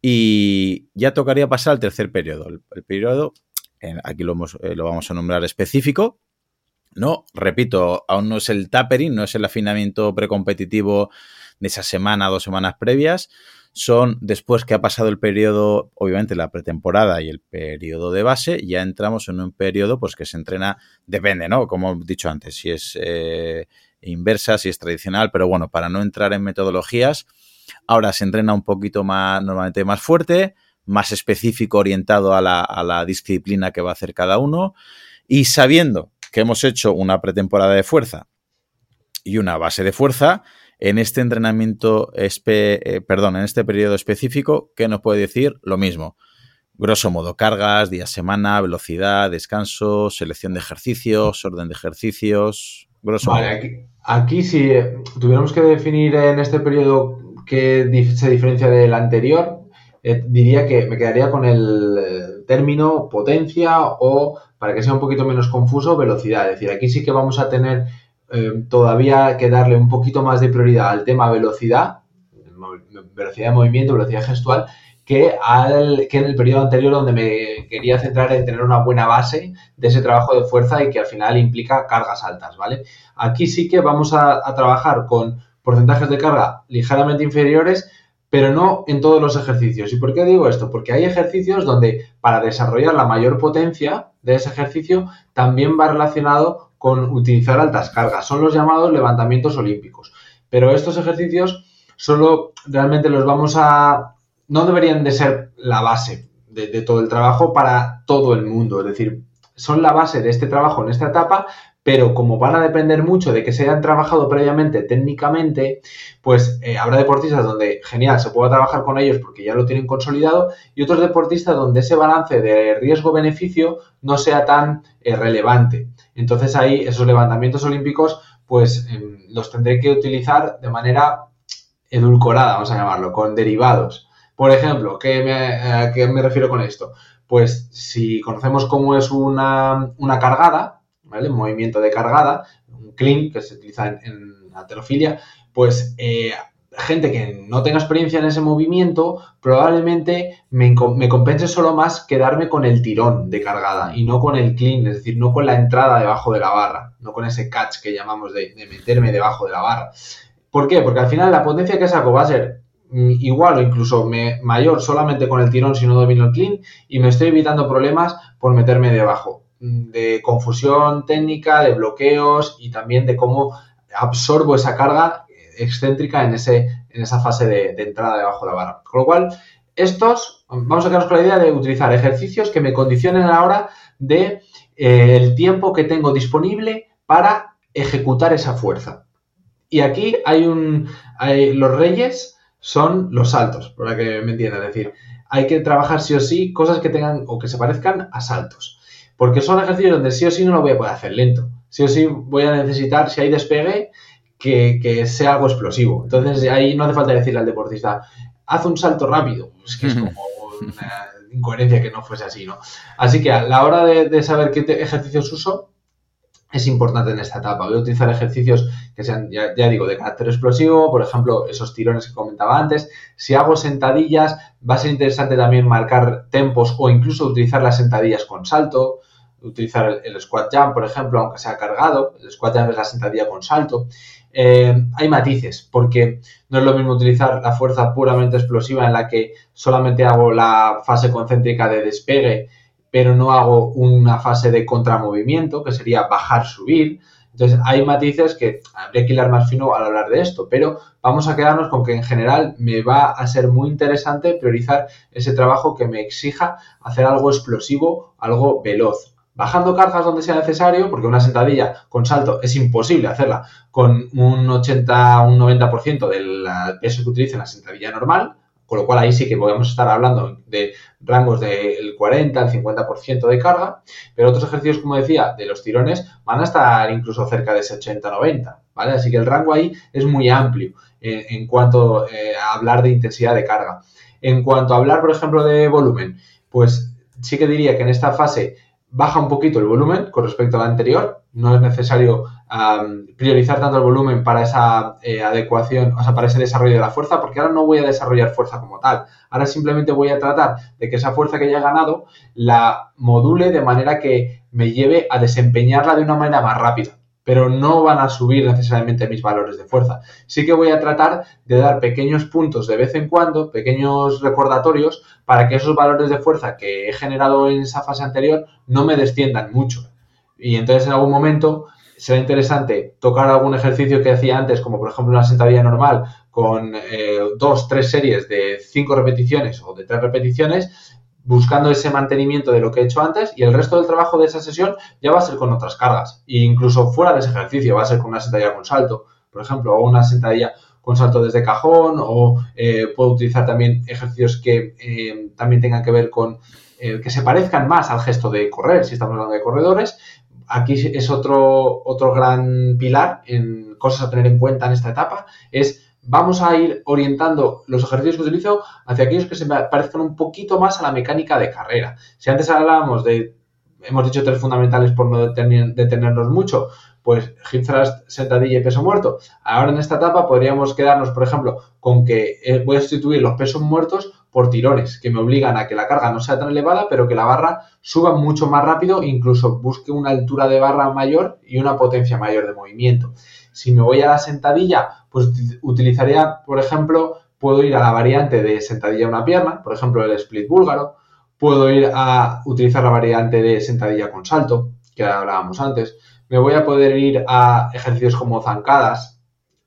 Y ya tocaría pasar al tercer periodo. El, el periodo, eh, aquí lo, hemos, eh, lo vamos a nombrar específico, ¿no? Repito, aún no es el tapering, no es el afinamiento precompetitivo de esa semana, dos semanas previas. Son después que ha pasado el periodo, obviamente la pretemporada y el periodo de base, ya entramos en un periodo pues que se entrena, depende, ¿no? Como he dicho antes, si es eh, inversa, si es tradicional, pero bueno, para no entrar en metodologías, ahora se entrena un poquito más, normalmente más fuerte, más específico, orientado a la, a la disciplina que va a hacer cada uno, y sabiendo que hemos hecho una pretemporada de fuerza y una base de fuerza, en este entrenamiento, espe, eh, perdón, en este periodo específico, ¿qué nos puede decir? Lo mismo. Grosso modo, cargas, día, semana, velocidad, descanso, selección de ejercicios, orden de ejercicios, grosso vale, modo. Aquí, aquí si tuviéramos que definir en este periodo qué dif- se diferencia del anterior, eh, diría que me quedaría con el eh, término potencia o, para que sea un poquito menos confuso, velocidad. Es decir, aquí sí que vamos a tener eh, todavía que darle un poquito más de prioridad al tema velocidad, velocidad de movimiento, velocidad gestual, que, al, que en el periodo anterior, donde me quería centrar en tener una buena base de ese trabajo de fuerza y que al final implica cargas altas, ¿vale? Aquí sí que vamos a, a trabajar con porcentajes de carga ligeramente inferiores, pero no en todos los ejercicios. ¿Y por qué digo esto? Porque hay ejercicios donde para desarrollar la mayor potencia de ese ejercicio también va relacionado con utilizar altas cargas. Son los llamados levantamientos olímpicos. Pero estos ejercicios solo realmente los vamos a... no deberían de ser la base de, de todo el trabajo para todo el mundo. Es decir, son la base de este trabajo en esta etapa, pero como van a depender mucho de que se hayan trabajado previamente técnicamente, pues eh, habrá deportistas donde, genial, se pueda trabajar con ellos porque ya lo tienen consolidado, y otros deportistas donde ese balance de riesgo-beneficio no sea tan eh, relevante. Entonces ahí esos levantamientos olímpicos, pues eh, los tendré que utilizar de manera edulcorada, vamos a llamarlo, con derivados. Por ejemplo, ¿qué me, ¿a qué me refiero con esto? Pues si conocemos cómo es una, una cargada, ¿vale? Un movimiento de cargada, un clean que se utiliza en, en halterofilia, pues eh, gente que no tenga experiencia en ese movimiento probablemente me, me compense solo más quedarme con el tirón de cargada y no con el clean, es decir, no con la entrada debajo de la barra, no con ese catch que llamamos de, de meterme debajo de la barra. ¿Por qué? Porque al final la potencia que saco va a ser igual o incluso me, mayor solamente con el tirón si no domino el clean, y me estoy evitando problemas por meterme debajo, de confusión técnica, de bloqueos y también de cómo absorbo esa carga excéntrica en, ese, en esa fase de, de entrada debajo de la barra. Con lo cual, estos, vamos a quedarnos con la idea de utilizar ejercicios que me condicionen a la hora de eh, el tiempo que tengo disponible para ejecutar esa fuerza. Y aquí hay un, hay, los reyes son los saltos, para que me entiendan. Es decir, hay que trabajar sí o sí cosas que tengan o que se parezcan a saltos. Porque son ejercicios donde sí o sí no lo voy a poder hacer lento. Sí o sí voy a necesitar, si hay despegue, que, que sea algo explosivo. Entonces ahí no hace falta decirle al deportista, haz un salto rápido. Es que es como una incoherencia que no fuese así, ¿no? Así que a la hora de, de saber qué te, ejercicios uso, es importante en esta etapa. Voy a utilizar ejercicios que sean, ya, ya digo, de carácter explosivo, por ejemplo, esos tirones que comentaba antes. Si hago sentadillas, va a ser interesante también marcar tempos o incluso utilizar las sentadillas con salto, utilizar el, el squat jump, por ejemplo, aunque sea cargado. El squat jump es la sentadilla con salto. Eh, hay matices, porque no es lo mismo utilizar la fuerza puramente explosiva en la que solamente hago la fase concéntrica de despegue, pero no hago una fase de contramovimiento, que sería bajar, subir. Entonces, hay matices que habría que hilar más fino al hablar de esto, pero vamos a quedarnos con que en general me va a ser muy interesante priorizar ese trabajo que me exija hacer algo explosivo, algo veloz. Bajando cargas donde sea necesario, porque una sentadilla con salto es imposible hacerla con un ochenta, un noventa por ciento del peso que utilice en la sentadilla normal, con lo cual ahí sí que podemos estar hablando de rangos del cuarenta al cincuenta por ciento de carga, pero otros ejercicios, como decía, de los tirones van a estar incluso cerca de ese ochenta noventa, ¿vale? Así que el rango ahí es muy amplio en, en cuanto eh, a hablar de intensidad de carga. En cuanto a hablar, por ejemplo, de volumen, pues sí que diría que en esta fase baja un poquito el volumen con respecto a la anterior. No es necesario um, priorizar tanto el volumen para esa eh, adecuación, o sea, para ese desarrollo de la fuerza, porque ahora no voy a desarrollar fuerza como tal. Ahora simplemente voy a tratar de que esa fuerza que ya he ganado la module de manera que me lleve a desempeñarla de una manera más rápida, pero no van a subir necesariamente mis valores de fuerza. Sí que voy a tratar de dar pequeños puntos de vez en cuando, pequeños recordatorios, para que esos valores de fuerza que he generado en esa fase anterior no me desciendan mucho. Y entonces en algún momento será interesante tocar algún ejercicio que hacía antes, como por ejemplo una sentadilla normal con eh, dos, tres series de cinco repeticiones o de tres repeticiones, buscando ese mantenimiento de lo que he hecho antes, y el resto del trabajo de esa sesión ya va a ser con otras cargas. E incluso fuera de ese ejercicio va a ser con una sentadilla con salto, por ejemplo, o una sentadilla con salto desde cajón, o eh, puedo utilizar también ejercicios que eh, también tengan que ver con, eh, que se parezcan más al gesto de correr, si estamos hablando de corredores. Aquí es otro, otro gran pilar en cosas a tener en cuenta en esta etapa, es vamos a ir orientando los ejercicios que utilizo hacia aquellos que se parezcan un poquito más a la mecánica de carrera. Si antes hablábamos de, hemos dicho tres fundamentales por no detenernos mucho, pues hip thrust, sentadilla y peso muerto. Ahora en esta etapa podríamos quedarnos, por ejemplo, con que voy a sustituir los pesos muertos por tirones, que me obligan a que la carga no sea tan elevada, pero que la barra suba mucho más rápido, incluso busque una altura de barra mayor y una potencia mayor de movimiento. Si me voy a la sentadilla, pues utilizaría, por ejemplo, puedo ir a la variante de sentadilla a una pierna, por ejemplo, el split búlgaro. Puedo ir a utilizar la variante de sentadilla con salto, que hablábamos antes. Me voy a poder ir a ejercicios como zancadas,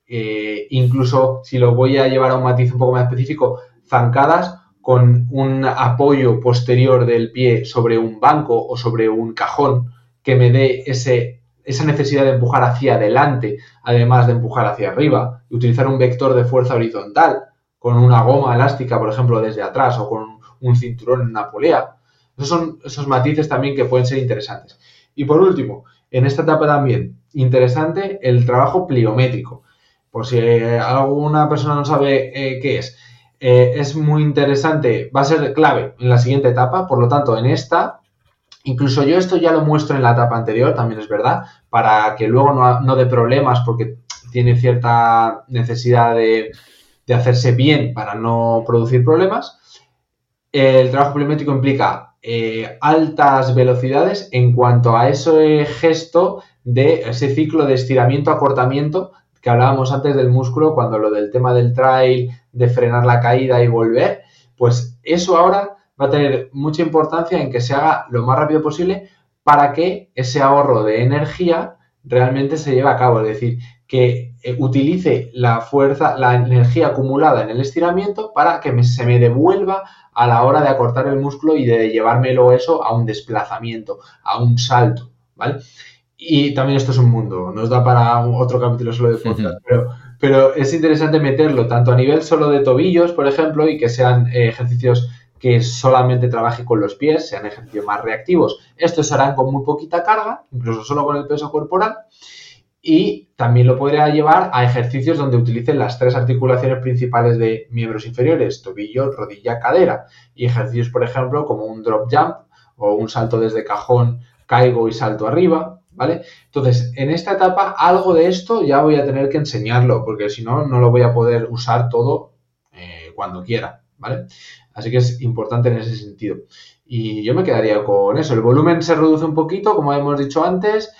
eh, incluso si lo voy a llevar a un matiz un poco más específico, zancadas con un apoyo posterior del pie sobre un banco o sobre un cajón que me dé ese, esa necesidad de empujar hacia adelante, además de empujar hacia arriba, y utilizar un vector de fuerza horizontal con una goma elástica, por ejemplo, desde atrás, o con un cinturón en una polea. Esos son esos matices también que pueden ser interesantes. Y por último, en esta etapa también, interesante el trabajo pliométrico. Por si eh, alguna persona no sabe eh, qué es, eh, es muy interesante, va a ser clave en la siguiente etapa, por lo tanto, en esta, incluso yo esto ya lo muestro en la etapa anterior, también es verdad, para que luego no, no dé problemas porque tiene cierta necesidad de, de hacerse bien para no producir problemas. El trabajo pliométrico implica eh, altas velocidades en cuanto a ese gesto de ese ciclo de estiramiento-acortamiento que hablábamos antes del músculo, cuando lo del tema del trail, de frenar la caída y volver, pues eso ahora va a tener mucha importancia en que se haga lo más rápido posible para que ese ahorro de energía realmente se lleve a cabo, es decir, que eh, utilice la fuerza, la energía acumulada en el estiramiento para que me, se me devuelva a la hora de acortar el músculo y de llevármelo eso a un desplazamiento, a un salto, ¿vale? Y también esto es un mundo, nos da para un, otro capítulo solo de podcast, pero, pero es interesante meterlo tanto a nivel solo de tobillos, por ejemplo, y que sean eh, ejercicios que solamente trabaje con los pies, sean ejercicios más reactivos. Estos se harán con muy poquita carga, incluso solo con el peso corporal. Y también lo podría llevar a ejercicios donde utilicen las tres articulaciones principales de miembros inferiores, tobillo, rodilla, cadera. Y ejercicios, por ejemplo, como un drop jump o un salto desde cajón, caigo y salto arriba, ¿vale? Entonces, en esta etapa, algo de esto ya voy a tener que enseñarlo, porque si no, no lo voy a poder usar todo eh, cuando quiera, ¿vale? Así que es importante en ese sentido. Y yo me quedaría con eso. El volumen se reduce un poquito, como hemos dicho antes,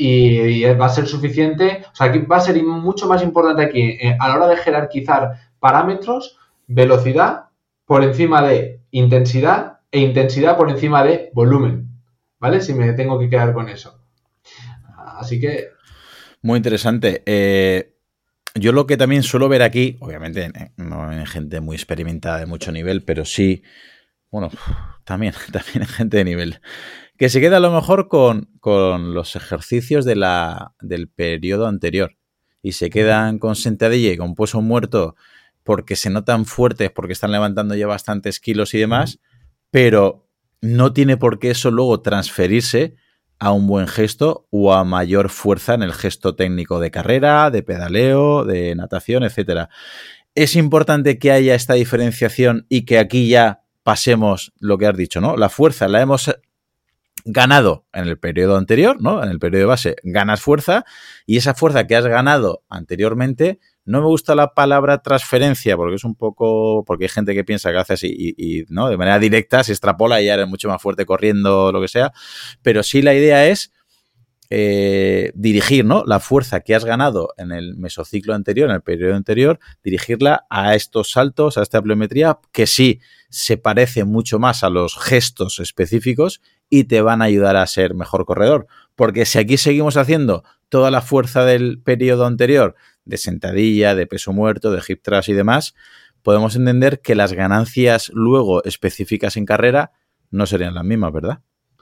y va a ser suficiente. O sea, aquí va a ser mucho más importante aquí, eh, a la hora de jerarquizar parámetros, velocidad por encima de intensidad e intensidad por encima de volumen, ¿vale? Si me tengo que quedar con eso. Así que... Muy interesante. Eh, yo lo que también suelo ver aquí, obviamente no en gente muy experimentada de mucho nivel, pero sí, bueno, también, también en gente de nivel, que se queda a lo mejor con, con los ejercicios de la, del periodo anterior y se quedan con sentadilla y con peso muerto porque se notan fuertes, porque están levantando ya bastantes kilos y demás, pero no tiene por qué eso luego transferirse a un buen gesto o a mayor fuerza en el gesto técnico de carrera, de pedaleo, de natación, etcétera. Es importante que haya esta diferenciación y que aquí ya pasemos lo que has dicho, ¿no? La fuerza la hemos ganado en el periodo anterior, ¿no? En el periodo de base ganas fuerza y esa fuerza que has ganado anteriormente, no me gusta la palabra transferencia porque es un poco, porque hay gente que piensa que haces y, y, y ¿no? De manera directa se extrapola y ya eres mucho más fuerte corriendo o lo que sea, pero sí la idea es eh, dirigir, ¿no? La fuerza que has ganado en el mesociclo anterior, en el periodo anterior, dirigirla a estos saltos, a esta pliometría que sí se parece mucho más a los gestos específicos y te van a ayudar a ser mejor corredor. Porque si aquí seguimos haciendo toda la fuerza del periodo anterior, de sentadilla, de peso muerto, de hip thrust y demás, podemos entender que las ganancias luego específicas en carrera no serían las mismas, ¿verdad?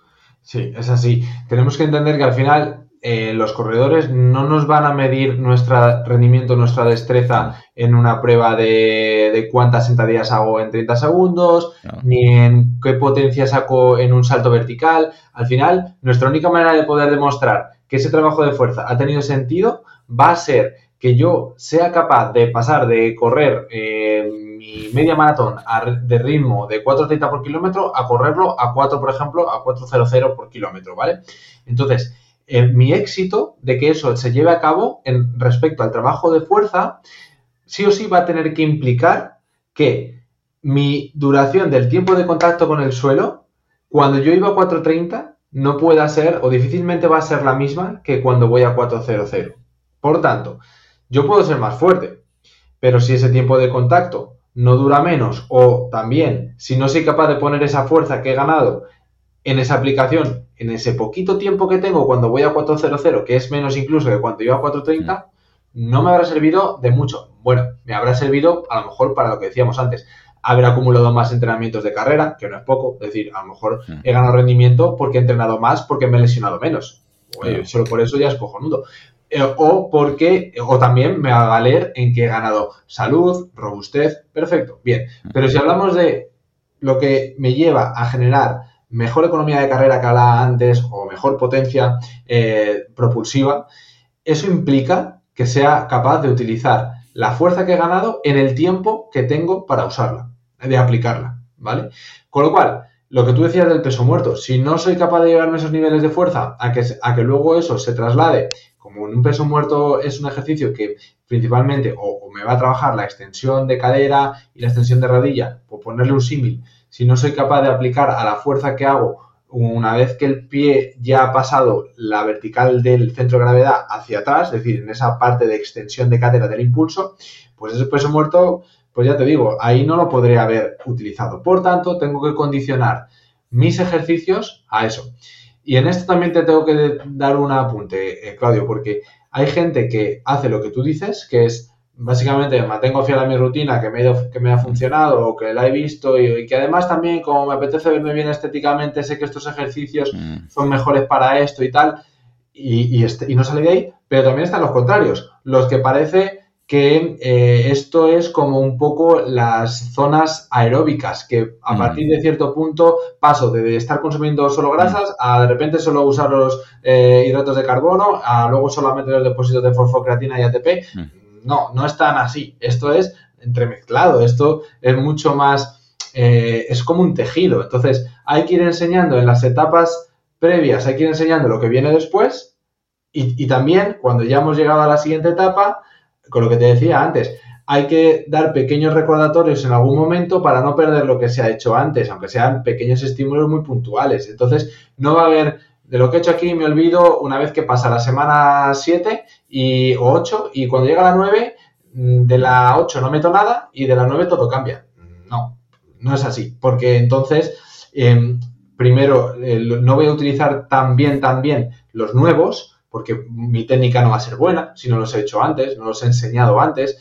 Sí, es así. Tenemos que entender que al final eh, los corredores no nos van a medir nuestro rendimiento, nuestra destreza en una prueba de, de cuántas sentadillas hago en treinta segundos, no. ni en qué potencia saco en un salto vertical. Al final, nuestra única manera de poder demostrar que ese trabajo de fuerza ha tenido sentido va a ser que yo sea capaz de pasar de correr eh, mi media maratón a, de ritmo de cuatro treinta por kilómetro a correrlo a cuatro, por ejemplo, a cuatro cero por kilómetro, ¿vale? Entonces, eh, mi éxito de que eso se lleve a cabo en respecto al trabajo de fuerza, sí o sí va a tener que implicar que mi duración del tiempo de contacto con el suelo, cuando yo iba a cuatro treinta, no pueda ser o difícilmente va a ser la misma que cuando voy a cuatro cero cero. Por tanto, yo puedo ser más fuerte, pero si ese tiempo de contacto no dura menos o también si no soy capaz de poner esa fuerza que he ganado en esa aplicación, en ese poquito tiempo que tengo cuando voy a cuatro cero cero, que es menos incluso que cuando iba a cuatro treinta, no me habrá servido de mucho. Bueno, me habrá servido a lo mejor para lo que decíamos antes, haber acumulado más entrenamientos de carrera, que no es poco, es decir, a lo mejor he ganado rendimiento porque he entrenado más, porque me he lesionado menos. Oye, solo por eso ya es cojonudo. Eh, o porque, o también me va a valer en que he ganado salud, robustez, perfecto, bien. Pero si hablamos de lo que me lleva a generar mejor economía de carrera que hablaba antes, o mejor potencia eh, propulsiva, eso implica que sea capaz de utilizar la fuerza que he ganado en el tiempo que tengo para usarla, de aplicarla, ¿vale? Con lo cual, lo que tú decías del peso muerto, si no soy capaz de llevarme esos niveles de fuerza a que, a que luego eso se traslade, como en un peso muerto es un ejercicio que principalmente o, o me va a trabajar la extensión de cadera y la extensión de rodilla, por ponerle un símil, si no soy capaz de aplicar a la fuerza que hago una vez que el pie ya ha pasado la vertical del centro de gravedad hacia atrás, es decir, en esa parte de extensión de cadera del impulso, pues ese peso muerto, pues ya te digo, ahí no lo podré haber utilizado. Por tanto, tengo que condicionar mis ejercicios a eso. Y en esto también te tengo que dar un apunte, eh, Claudio, porque hay gente que hace lo que tú dices, que es básicamente mantengo fiel a mi rutina que me, he, que me ha funcionado o que la he visto y, y que además también como me apetece verme bien estéticamente, sé que estos ejercicios mm. son mejores para esto y tal, y, y, este, y no sale de ahí, pero también están los contrarios, los que parece que eh, esto es como un poco las zonas aeróbicas, que a partir de cierto punto paso de estar consumiendo solo grasas a de repente solo usar los eh, hidratos de carbono, a luego solamente los depósitos de fosfocreatina y A T P. No, no es tan así. Esto es entremezclado, esto es mucho más, eh, es como un tejido. Entonces hay que ir enseñando en las etapas previas, hay que ir enseñando lo que viene después y, y también cuando ya hemos llegado a la siguiente etapa, con lo que te decía antes, hay que dar pequeños recordatorios en algún momento para no perder lo que se ha hecho antes, aunque sean pequeños estímulos muy puntuales. Entonces, no va a haber, de lo que he hecho aquí me olvido una vez que pasa la semana siete y, o ocho y cuando llega la nueve, de la ocho no meto nada y de la nueve todo cambia. No, no es así, porque entonces, eh, primero, eh, no voy a utilizar tan bien, tan bien los nuevos, porque mi técnica no va a ser buena si no los he hecho antes, no los he enseñado antes.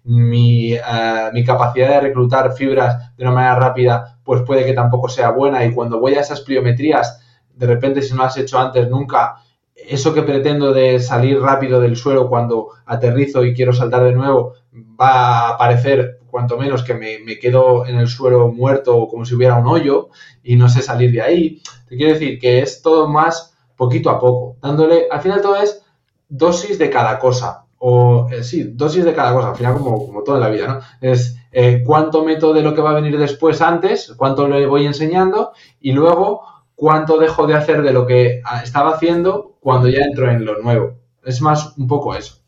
Mi, uh, mi capacidad de reclutar fibras de una manera rápida pues puede que tampoco sea buena y cuando voy a esas pliometrías, de repente si no las he hecho antes nunca, eso que pretendo de salir rápido del suelo cuando aterrizo y quiero saltar de nuevo va a parecer cuanto menos que me, me quedo en el suelo muerto como si hubiera un hoyo y no sé salir de ahí. Te quiero decir que es todo más poquito a poco, dándole, al final todo es dosis de cada cosa, o eh, sí, dosis de cada cosa, al final como, como todo en la vida, ¿no? Es eh, cuánto meto de lo que va a venir después antes, cuánto le voy enseñando y luego cuánto dejo de hacer de lo que estaba haciendo cuando ya entro en lo nuevo. Es más un poco eso.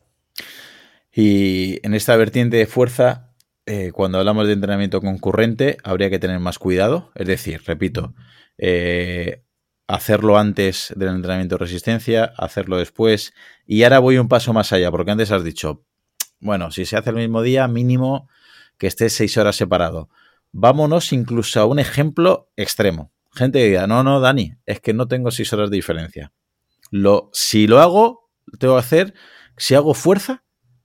Y en esta vertiente de fuerza, eh, cuando hablamos de entrenamiento concurrente, habría que tener más cuidado. Es decir, repito, eh, hacerlo antes del entrenamiento de resistencia, hacerlo después. Y ahora voy un paso más allá, porque antes has dicho, bueno, si se hace el mismo día, mínimo que estés seis horas separado. Vámonos incluso a un ejemplo extremo. Gente que diga, no, no, Dani, es que no tengo seis horas de diferencia. Lo, si lo hago, tengo que hacer, si hago fuerza,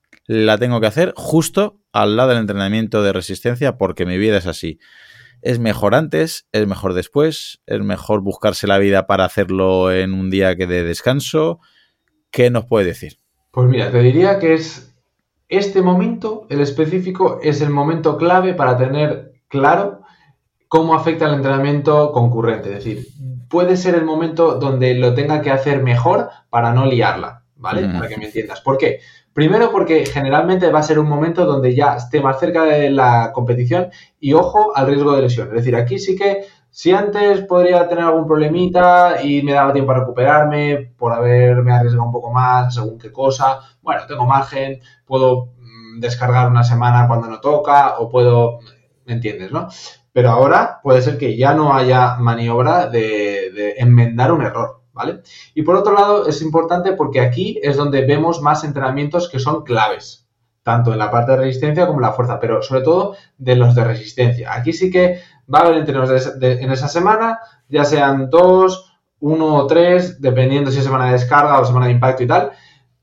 la tengo que hacer justo al lado del entrenamiento de resistencia porque mi vida es así. Es mejor antes, es mejor después, es mejor buscarse la vida para hacerlo en un día que de descanso. ¿Qué nos puede decir? Pues mira, te diría que es este momento, el específico, es el momento clave para tener claro cómo afecta el entrenamiento concurrente. Es decir, puede ser el momento donde lo tenga que hacer mejor para no liarla, ¿vale? Mm. Para que me entiendas. ¿Por qué? Primero porque generalmente va a ser un momento donde ya esté más cerca de la competición y ojo al riesgo de lesión. Es decir, aquí sí que si antes podría tener algún problemita y me daba tiempo a recuperarme por haberme arriesgado un poco más según qué cosa, bueno, tengo margen, puedo descargar una semana cuando no toca o puedo, ¿me entiendes, no? Pero ahora puede ser que ya no haya maniobra de, de enmendar un error, ¿vale? Y por otro lado es importante porque aquí es donde vemos más entrenamientos que son claves, tanto en la parte de resistencia como en la fuerza, pero sobre todo de los de resistencia. Aquí sí que va a haber entrenos de, de, en esa semana, ya sean dos, uno o tres, dependiendo si es semana de descarga o semana de impacto y tal,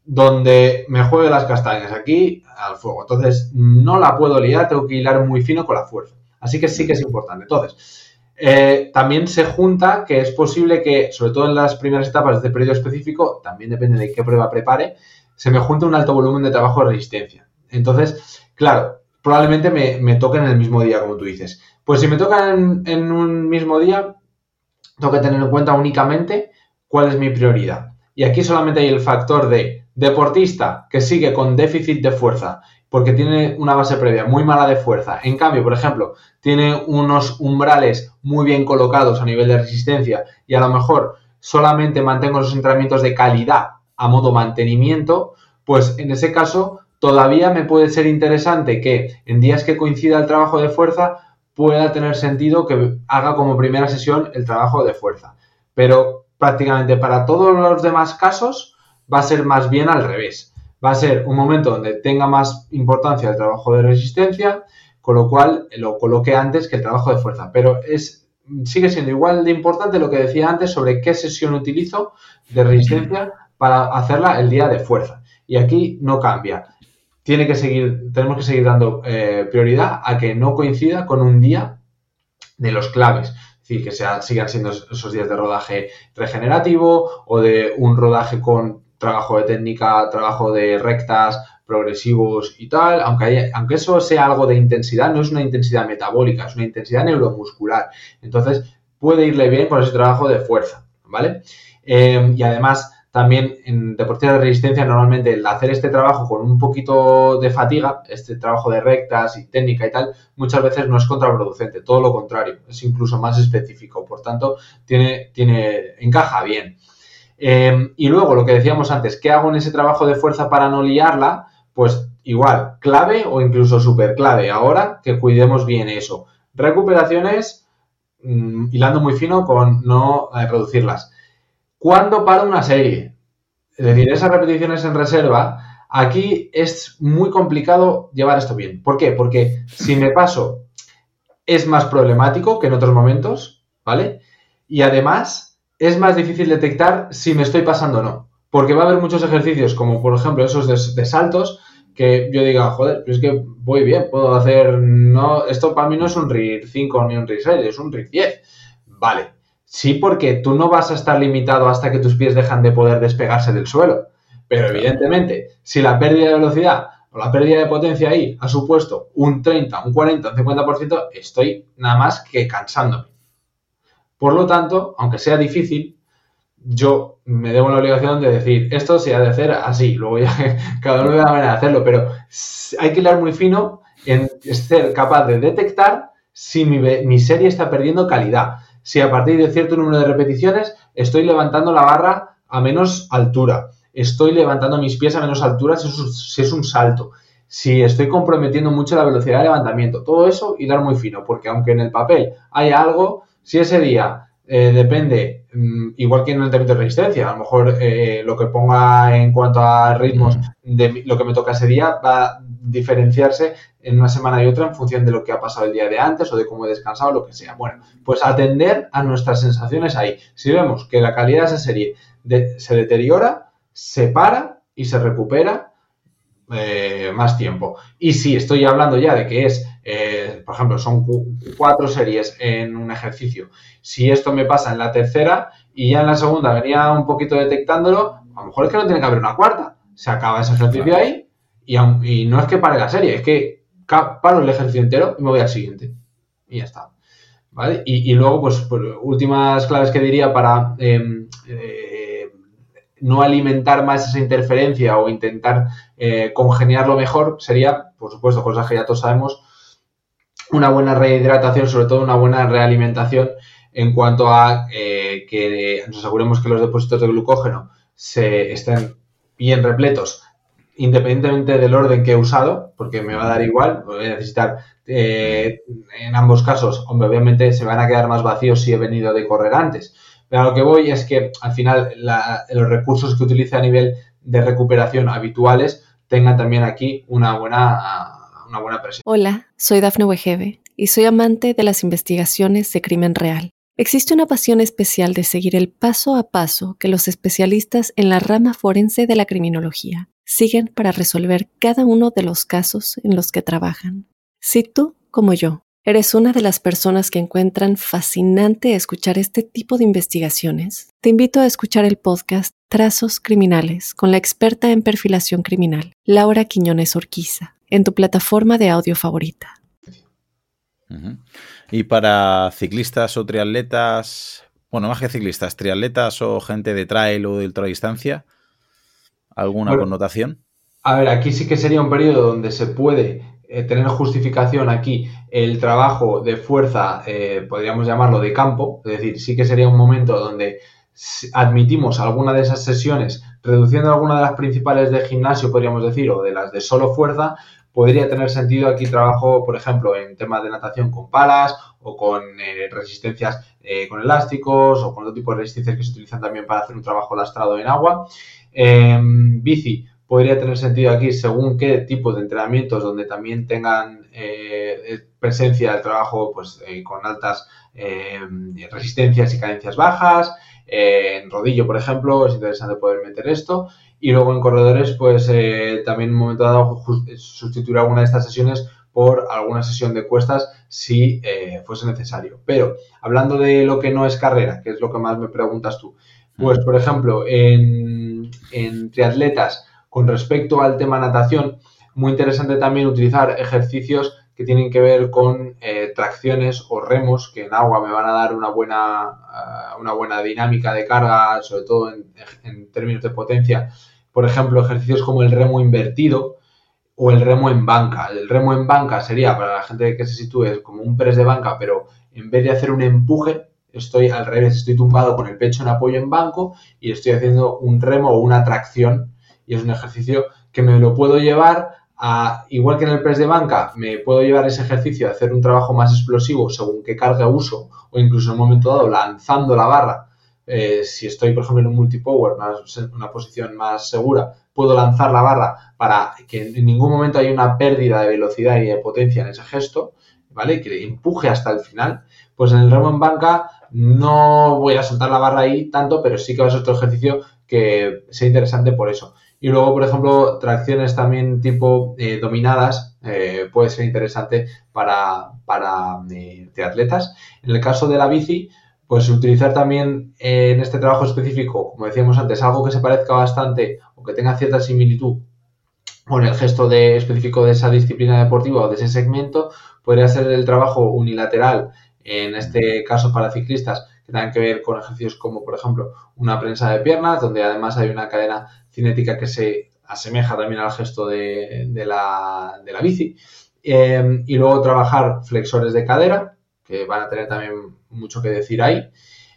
donde me juegue las castañas aquí al fuego. Entonces no la puedo liar, tengo que hilar muy fino con la fuerza. Así que sí que es importante. Entonces, eh, también se junta que es posible que, sobre todo en las primeras etapas de este periodo específico, también depende de qué prueba prepare, se me junte un alto volumen de trabajo de resistencia. Entonces, claro, probablemente me, me toquen en el mismo día, como tú dices. Pues si me tocan en, en un mismo día, tengo que tener en cuenta únicamente cuál es mi prioridad. Y aquí solamente hay el factor de deportista que sigue con déficit de fuerza porque tiene una base previa muy mala de fuerza. En cambio, por ejemplo, tiene unos umbrales muy bien colocados a nivel de resistencia y a lo mejor solamente mantengo los entrenamientos de calidad a modo mantenimiento, pues en ese caso todavía me puede ser interesante que en días que coincida el trabajo de fuerza pueda tener sentido que haga como primera sesión el trabajo de fuerza. Pero prácticamente para todos los demás casos va a ser más bien al revés. Va a ser un momento donde tenga más importancia el trabajo de resistencia, con lo cual lo coloque antes que el trabajo de fuerza. Pero es sigue siendo igual de importante lo que decía antes sobre qué sesión utilizo de resistencia para hacerla el día de fuerza. Y aquí no cambia. Tiene que seguir, tenemos que seguir dando eh, prioridad a que no coincida con un día de los claves. Es decir, que sea, sigan siendo esos días de rodaje regenerativo o de un rodaje con trabajo de técnica, trabajo de rectas, progresivos y tal, aunque, haya, aunque eso sea algo de intensidad, no es una intensidad metabólica, es una intensidad neuromuscular. Entonces, puede irle bien con ese trabajo de fuerza, ¿vale? Eh, y además, también en deportistas de resistencia, normalmente el hacer este trabajo con un poquito de fatiga, este trabajo de rectas y técnica y tal, muchas veces no es contraproducente, todo lo contrario, es incluso más específico, por tanto, tiene, tiene, encaja bien. Eh, y luego, lo que decíamos antes, ¿qué hago en ese trabajo de fuerza para no liarla? Pues igual, clave o incluso súper clave. Ahora que cuidemos bien eso. Recuperaciones, mmm, hilando muy fino con no eh, reducirlas. ¿Cuándo paro una serie? Es decir, esas repeticiones en reserva, aquí es muy complicado llevar esto bien. ¿Por qué? Porque si me paso es más problemático que en otros momentos, ¿vale? Y además es más difícil detectar si me estoy pasando o no. Porque va a haber muchos ejercicios, como por ejemplo esos de, de saltos, que yo diga, joder, pero es que voy bien, puedo hacer... no esto para mí no es un R I R cinco ni un R I R seis, es un R I R diez. Vale, sí, porque tú no vas a estar limitado hasta que tus pies dejan de poder despegarse del suelo. Pero evidentemente, si la pérdida de velocidad o la pérdida de potencia ahí ha supuesto un treinta, un cuarenta, un cincuenta por ciento, estoy nada más que cansándome. Por lo tanto, aunque sea difícil, yo me debo la obligación de decir, esto se ha de hacer así, luego ya cada uno ve la manera de hacerlo, pero hay que hilar muy fino en ser capaz de detectar si mi, mi serie está perdiendo calidad. Si a partir de cierto número de repeticiones estoy levantando la barra a menos altura, estoy levantando mis pies a menos altura si es un, si es un salto, si estoy comprometiendo mucho la velocidad de levantamiento, todo eso hilar muy fino, porque aunque en el papel hay algo, si ese día eh, depende, mmm, igual que en el entrenamiento de resistencia, a lo mejor eh, lo que ponga en cuanto a ritmos de lo que me toca ese día va a diferenciarse en una semana y otra en función de lo que ha pasado el día de antes o de cómo he descansado, lo que sea. Bueno, pues atender a nuestras sensaciones ahí. Si vemos que la calidad de esa serie de, se deteriora, se para y se recupera eh, más tiempo. Y si estoy hablando ya de que es, eh, por ejemplo, son cu cuatro series en un ejercicio, si esto me pasa en la tercera y ya en la segunda venía un poquito detectándolo, a lo mejor es que no tiene que haber una cuarta. Se acaba ese ejercicio claro. ahí y, aun, y no es que pare la serie, es que paro el ejercicio entero y me voy al siguiente. Y ya está. ¿Vale? Y, y luego, pues, pues, últimas claves que diría para eh, eh, no alimentar más esa interferencia o intentar eh, congeniarlo mejor sería, por supuesto, cosas que ya todos sabemos, una buena rehidratación, sobre todo una buena realimentación en cuanto a eh, que nos aseguremos que los depósitos de glucógeno se estén bien repletos, independientemente del orden que he usado, porque me va a dar igual, voy a necesitar eh, en ambos casos, hombre, obviamente se van a quedar más vacíos si he venido de correr antes, pero a lo que voy es que al final la, los recursos que utilice a nivel de recuperación habituales tengan también aquí una buena, una buena presión. Hola, soy Dafne Wegebe y soy amante de las investigaciones de crimen real. Existe una pasión especial de seguir el paso a paso que los especialistas en la rama forense de la criminología siguen para resolver cada uno de los casos en los que trabajan. Si tú, como yo, eres una de las personas que encuentran fascinante escuchar este tipo de investigaciones, te invito a escuchar el podcast Trazos Criminales con la experta en perfilación criminal, Laura Quiñones Orquiza, en tu plataforma de audio favorita. Uh-huh. Y para ciclistas o triatletas, bueno, más que ciclistas, triatletas o gente de trail o de ultradistancia, ¿alguna bueno, connotación? A ver, aquí sí que sería un periodo donde se puede eh, tener justificación aquí el trabajo de fuerza, eh, podríamos llamarlo de campo, es decir, sí que sería un momento donde admitimos alguna de esas sesiones, reduciendo alguna de las principales de gimnasio, podríamos decir, o de las de solo fuerza. Podría tener sentido aquí trabajo, por ejemplo, en temas de natación con palas o con eh, resistencias eh, con elásticos o con otro tipo de resistencias que se utilizan también para hacer un trabajo lastrado en agua. Eh, bici podría tener sentido aquí según qué tipo de entrenamientos donde también tengan eh, presencia el trabajo pues, eh, con altas eh, resistencias y cadencias bajas. Eh, en rodillo, por ejemplo, es interesante poder meter esto. Y luego en corredores, pues eh, también en un momento dado sustituir alguna de estas sesiones por alguna sesión de cuestas si eh, fuese necesario. Pero hablando de lo que no es carrera, que es lo que más me preguntas tú, pues por ejemplo, en, en triatletas, con respecto al tema natación, muy interesante también utilizar ejercicios que tienen que ver con eh, tracciones o remos, que en agua me van a dar una buena, uh, una buena dinámica de carga, sobre todo en, en términos de potencia. Por ejemplo, ejercicios como el remo invertido o el remo en banca. El remo en banca sería, para la gente que se sitúe, como un press de banca, pero en vez de hacer un empuje, estoy al revés, estoy tumbado con el pecho en apoyo en banco y estoy haciendo un remo o una tracción. Y es un ejercicio que me lo puedo llevar a, igual que en el press de banca, me puedo llevar ese ejercicio a hacer un trabajo más explosivo según qué carga uso o incluso en un momento dado lanzando la barra. Eh, si estoy, por ejemplo, en un multipower, una, una posición más segura, puedo lanzar la barra para que en ningún momento haya una pérdida de velocidad y de potencia en ese gesto, ¿vale? Que empuje hasta el final. Pues en el remo en banca no voy a soltar la barra ahí tanto, pero sí que va a ser otro ejercicio que sea interesante por eso. Y luego, por ejemplo, tracciones también tipo eh, dominadas eh, puede ser interesante para, para eh, triatletas. En el caso de la bici, pues utilizar también eh, en este trabajo específico, como decíamos antes, algo que se parezca bastante o que tenga cierta similitud con el gesto de, específico de esa disciplina deportiva o de ese segmento, podría ser el trabajo unilateral, en este caso para ciclistas, que tengan que ver con ejercicios como, por ejemplo, una prensa de piernas, donde además hay una cadena cinética que se asemeja también al gesto de, de, la, de la bici. Eh, y luego trabajar flexores de cadera, que van a tener también mucho que decir ahí.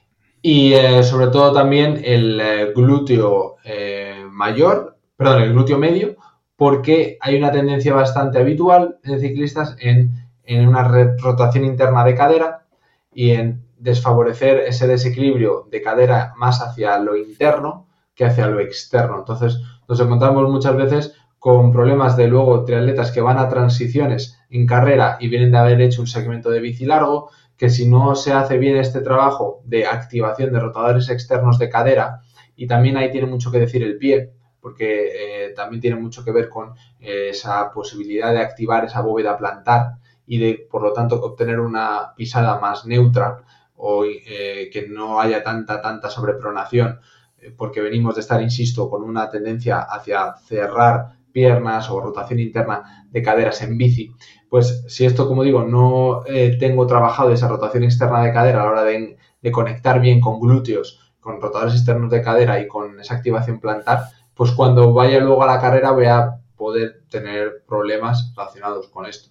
Y eh, sobre todo también el eh, glúteo eh, mayor, perdón, el glúteo medio, porque hay una tendencia bastante habitual en ciclistas en, en una rotación interna de cadera y en desfavorecer ese desequilibrio de cadera más hacia lo interno que hacia lo externo. Entonces nos encontramos muchas veces con problemas de luego triatletas que van a transiciones en carrera y vienen de haber hecho un segmento de bici largo, que si no se hace bien este trabajo de activación de rotadores externos de cadera, y también ahí tiene mucho que decir el pie, porque eh, también tiene mucho que ver con eh, esa posibilidad de activar esa bóveda plantar y de, por lo tanto, obtener una pisada más neutra o eh, que no haya tanta, tanta sobrepronación, eh, porque venimos de estar, insisto, con una tendencia hacia cerrar piernas o rotación interna de caderas en bici. Pues si esto, como digo, no eh, tengo trabajado esa rotación externa de cadera a la hora de, de conectar bien con glúteos, con rotadores externos de cadera y con esa activación plantar, pues cuando vaya luego a la carrera voy a poder tener problemas relacionados con esto.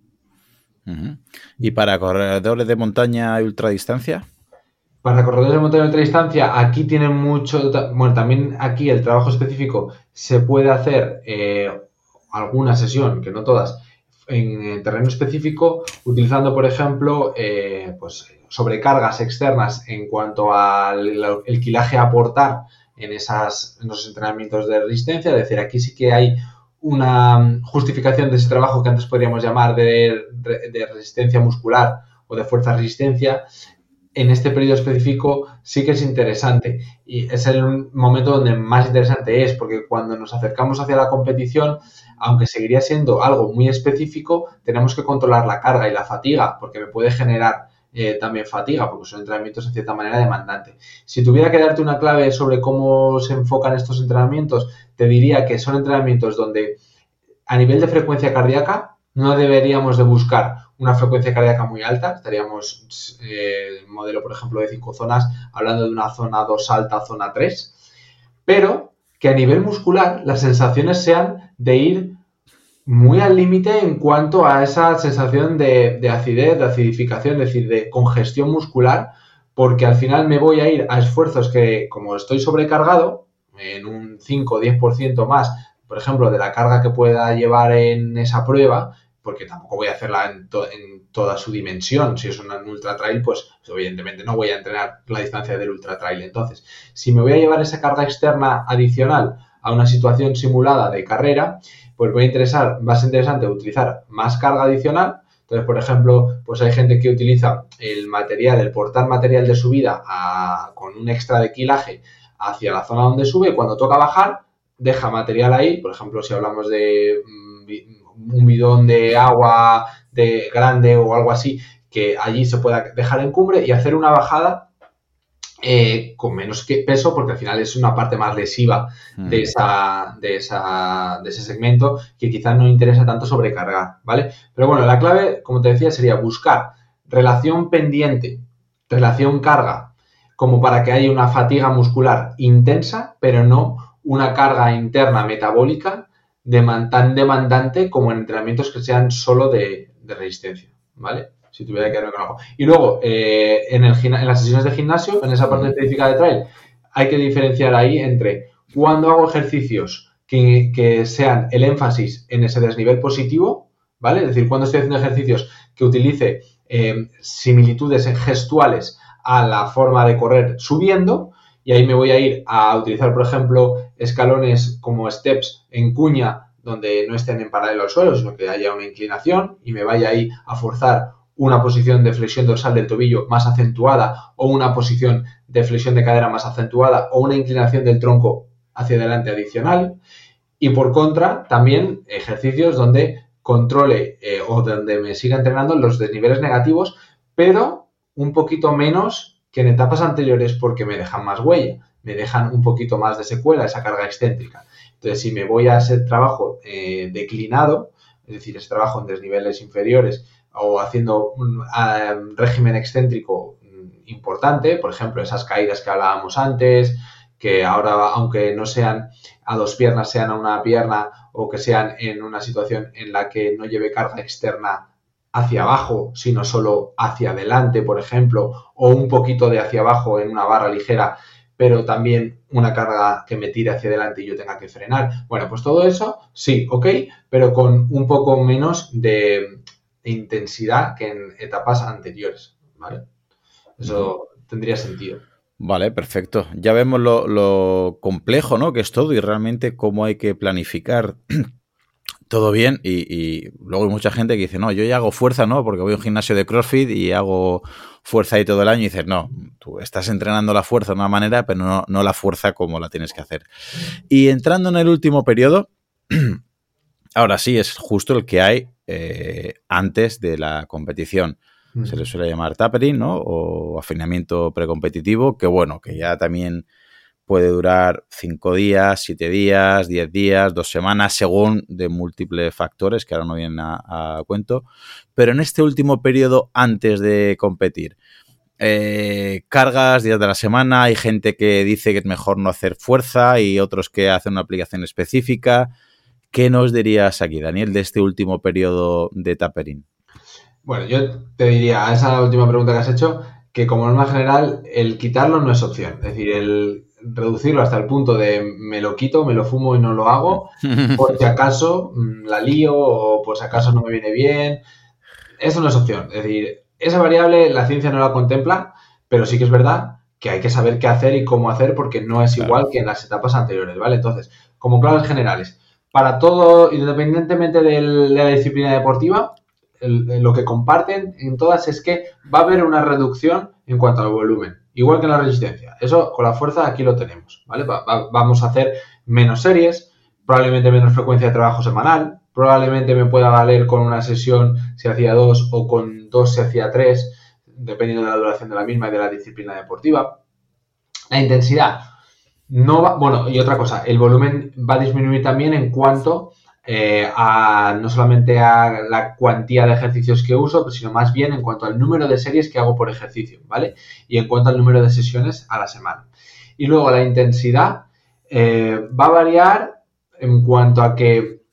Uh-huh. ¿Y para corredores de montaña y ultradistancia? Para corredores de montaña y ultradistancia, aquí tienen mucho... Bueno, también aquí el trabajo específico se puede hacer eh, alguna sesión, que no todas, en terreno específico, utilizando, por ejemplo, eh, pues sobrecargas externas en cuanto al el kilaje a aportar en, esas, en esos entrenamientos de resistencia. Es decir, aquí sí que hay una justificación de ese trabajo que antes podríamos llamar de, de resistencia muscular o de fuerza-resistencia. En este periodo específico sí que es interesante y es el momento donde más interesante es, porque cuando nos acercamos hacia la competición, aunque seguiría siendo algo muy específico, tenemos que controlar la carga y la fatiga, porque me puede generar eh, también fatiga, porque son entrenamientos en cierta manera demandantes. Si tuviera que darte una clave sobre cómo se enfocan estos entrenamientos, te diría que son entrenamientos donde a nivel de frecuencia cardíaca no deberíamos de buscar una frecuencia cardíaca muy alta, estaríamos eh, modelo, por ejemplo, de cinco zonas, hablando de una zona dos alta, zona tres, pero que a nivel muscular las sensaciones sean de ir muy al límite en cuanto a esa sensación de, de acidez, de acidificación, es decir, de congestión muscular, porque al final me voy a ir a esfuerzos que, como estoy sobrecargado, en un cinco o diez por ciento más, por ejemplo, de la carga que pueda llevar en esa prueba, porque tampoco voy a hacerla en, to- en toda su dimensión. Si es un ultra trail, pues, pues evidentemente no voy a entrenar la distancia del ultra trail. Entonces, si me voy a llevar esa carga externa adicional a una situación simulada de carrera, pues voy a interesar, va a ser interesante utilizar más carga adicional. Entonces, por ejemplo, pues hay gente que utiliza el material, el portar material de subida a, con un extra de kilaje hacia la zona donde sube, y cuando toca bajar, deja material ahí. Por ejemplo, si hablamos de un bidón de agua de grande o algo así, que allí se pueda dejar en cumbre y hacer una bajada eh, con menos que peso, porque al final es una parte más lesiva de, esa, de, esa, de ese segmento que quizás no interesa tanto sobrecargar, ¿vale? Pero bueno, la clave, como te decía, sería buscar relación pendiente, relación carga, como para que haya una fatiga muscular intensa, pero no una carga interna metabólica Demand, tan demandante como en entrenamientos que sean solo de, de resistencia, ¿vale? Si tuviera que quedarme con algo. Y luego, eh, en, el, en las sesiones de gimnasio, en esa parte específica de trail, hay que diferenciar ahí entre cuando hago ejercicios que, que sean el énfasis en ese desnivel positivo, ¿vale? Es decir, cuando estoy haciendo ejercicios que utilice eh, similitudes gestuales a la forma de correr subiendo, y ahí me voy a ir a utilizar, por ejemplo, escalones como steps en cuña, donde no estén en paralelo al suelo, sino que haya una inclinación, y me vaya ahí a forzar una posición de flexión dorsal del tobillo más acentuada, o una posición de flexión de cadera más acentuada, o una inclinación del tronco hacia adelante adicional. Y por contra, también ejercicios donde controle eh, o donde me siga entrenando los desniveles negativos, pero un poquito menos que en etapas anteriores, porque me dejan más huella, me dejan un poquito más de secuela, esa carga excéntrica. Entonces, si me voy a ese trabajo eh, declinado, es decir, ese trabajo en desniveles inferiores o haciendo un uh, régimen excéntrico importante, por ejemplo, esas caídas que hablábamos antes, que ahora, aunque no sean a dos piernas, sean a una pierna o que sean en una situación en la que no lleve carga externa hacia abajo, sino solo hacia adelante, por ejemplo, o un poquito de hacia abajo en una barra ligera, pero también una carga que me tire hacia adelante y yo tenga que frenar. Bueno, pues todo eso, sí, ok, pero con un poco menos de, de intensidad que en etapas anteriores, ¿vale? Eso tendría sentido. Vale, perfecto. Ya vemos lo, lo complejo, ¿no?, que es todo y realmente cómo hay que planificar todo bien. Y, y luego hay mucha gente que dice, no, yo ya hago fuerza, ¿no?, porque voy a un gimnasio de CrossFit y hago fuerza ahí todo el año. Y dices, no, tú estás entrenando la fuerza de una manera, pero no, no la fuerza como la tienes que hacer. Y entrando en el último periodo, ahora sí es justo el que hay eh, antes de la competición. Se le suele llamar tapering, ¿no?, o afinamiento precompetitivo, que bueno, que ya también puede durar cinco días, siete días, diez días, dos semanas, según de múltiples factores que ahora no vienen a, a cuento. Pero en este último periodo antes de competir, eh, cargas, días de la semana, hay gente que dice que es mejor no hacer fuerza y otros que hacen una aplicación específica. ¿Qué nos dirías aquí, Daniel, de este último periodo de tapering? Bueno, yo te diría, a esa última pregunta que has hecho, que como norma general, el quitarlo no es opción. Es decir, el reducirlo hasta el punto de me lo quito, me lo fumo y no lo hago, por si acaso la lío o por si acaso no me viene bien. Eso no es opción. Es decir, esa variable la ciencia no la contempla, pero sí que es verdad que hay que saber qué hacer y cómo hacer porque no es igual que en las etapas anteriores, ¿vale? Entonces, como claves generales, para todo, independientemente del, de la disciplina deportiva, El, lo que comparten en todas es que va a haber una reducción en cuanto al volumen, igual que en la resistencia. Eso con la fuerza aquí lo tenemos, ¿vale? Va, va, vamos a hacer menos series, probablemente menos frecuencia de trabajo semanal, probablemente me pueda valer con una sesión si hacía dos o con dos si hacía tres, dependiendo de la duración de la misma y de la disciplina deportiva. La intensidad no va, bueno, y otra cosa, el volumen va a disminuir también en cuanto Eh, a, no solamente a la cuantía de ejercicios que uso, sino más bien en cuanto al número de series que hago por ejercicio, ¿vale? Y en cuanto al número de sesiones a la semana. Y luego la intensidad eh, va a variar en cuanto a que,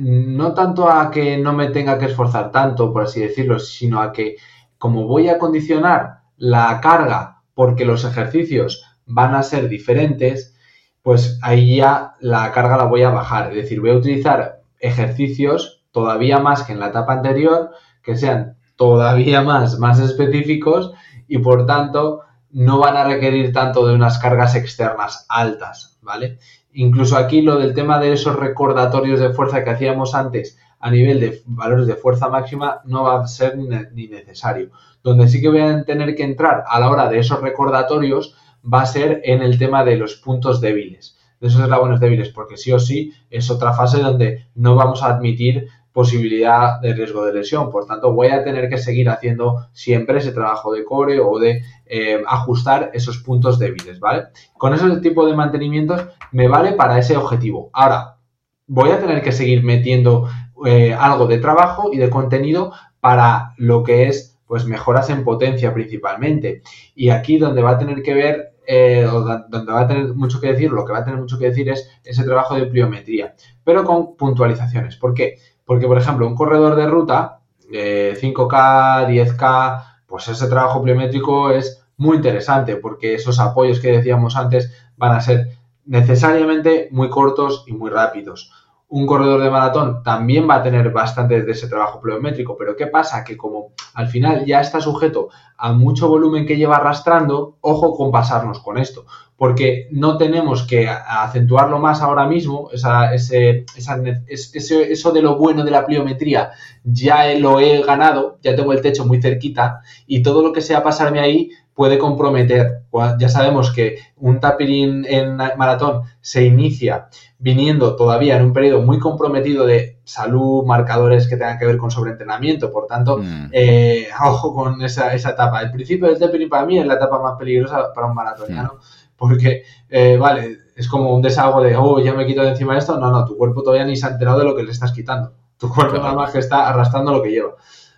no tanto a que no me tenga que esforzar tanto, por así decirlo, sino a que como voy a condicionar la carga porque los ejercicios van a ser diferentes, pues ahí ya la carga la voy a bajar. Es decir, voy a utilizar ejercicios todavía más que en la etapa anterior, que sean todavía más, más específicos y por tanto no van a requerir tanto de unas cargas externas altas, ¿vale? Incluso aquí lo del tema de esos recordatorios de fuerza que hacíamos antes a nivel de valores de fuerza máxima no va a ser ni necesario. Donde sí que voy a tener que entrar a la hora de esos recordatorios va a ser en el tema de los puntos débiles, de esos eslabones débiles, porque sí o sí es otra fase donde no vamos a admitir posibilidad de riesgo de lesión. Por tanto, voy a tener que seguir haciendo siempre ese trabajo de core o de eh, ajustar esos puntos débiles, ¿vale? Con ese tipo de mantenimientos me vale para ese objetivo. Ahora, voy a tener que seguir metiendo eh, algo de trabajo y de contenido para lo que es pues mejoras en potencia principalmente. Y aquí donde va a tener que ver, eh, o donde va a tener mucho que decir, lo que va a tener mucho que decir es ese trabajo de pliometría, pero con puntualizaciones. ¿Por qué? Porque, por ejemplo, un corredor de ruta, eh, cinco K, diez K, pues ese trabajo pliométrico es muy interesante porque esos apoyos que decíamos antes van a ser necesariamente muy cortos y muy rápidos. Un corredor de maratón también va a tener bastante de ese trabajo pliométrico, pero ¿qué pasa? Que como al final ya está sujeto a mucho volumen que lleva arrastrando, ojo con pasarnos con esto, porque no tenemos que acentuarlo más ahora mismo, esa, ese, esa, ese, eso de lo bueno de la pliometría ya lo he ganado, ya tengo el techo muy cerquita y todo lo que sea pasarme ahí puede comprometer. Ya sabemos que un tapering en maratón se inicia viniendo todavía en un periodo muy comprometido de salud, marcadores que tengan que ver con sobreentrenamiento. Por tanto, mm. eh, ojo con esa, esa etapa. El principio del tapering para mí es la etapa más peligrosa para un maratoniano, mm. porque, eh, vale, es como un desahogo de, oh, ya me quito de encima de esto. No, no, tu cuerpo todavía ni se ha enterado de lo que le estás quitando. Tu cuerpo claro. nada más que está arrastrando lo que lleva.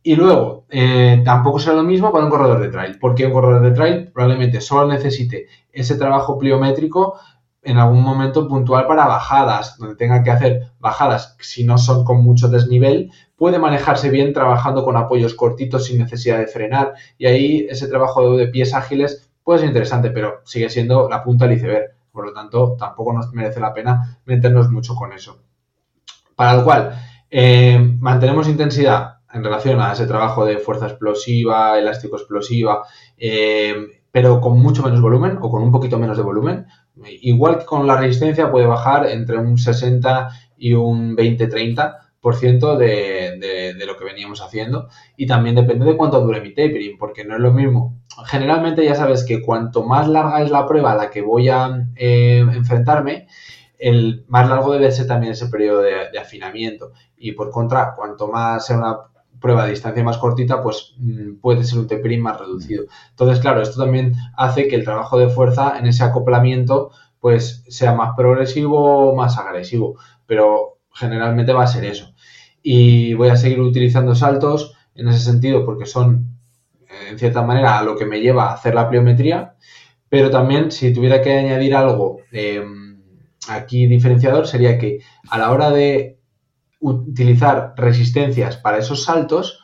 Y luego, eh, tampoco será lo mismo para un corredor de trail, porque un corredor de trail probablemente solo necesite ese trabajo pliométrico en algún momento puntual para bajadas, donde tenga que hacer bajadas, si no son con mucho desnivel, puede manejarse bien trabajando con apoyos cortitos sin necesidad de frenar, y ahí ese trabajo de pies ágiles puede ser interesante, pero sigue siendo la punta del iceberg, por lo tanto tampoco nos merece la pena meternos mucho con eso. Para lo cual, eh, mantenemos intensidad en relación a ese trabajo de fuerza explosiva, elástico explosiva, eh, pero con mucho menos volumen o con un poquito menos de volumen. Igual que con la resistencia puede bajar entre un sesenta y un veinte treinta por ciento de, de, de lo que veníamos haciendo, y también depende de cuánto dure mi tapering, porque no es lo mismo. Generalmente ya sabes que cuanto más larga es la prueba a la que voy a eh, enfrentarme, el más largo debe ser también ese periodo de, de afinamiento, y por contra, cuanto más sea una prueba de distancia más cortita, pues mmm, puede ser un tapering más reducido. Entonces, claro, esto también hace que el trabajo de fuerza en ese acoplamiento pues sea más progresivo o más agresivo, pero generalmente va a ser eso. Y voy a seguir utilizando saltos en ese sentido porque son, en cierta manera, a lo que me lleva a hacer la pliometría, pero también si tuviera que añadir algo eh, aquí diferenciador, sería que a la hora de utilizar resistencias para esos saltos,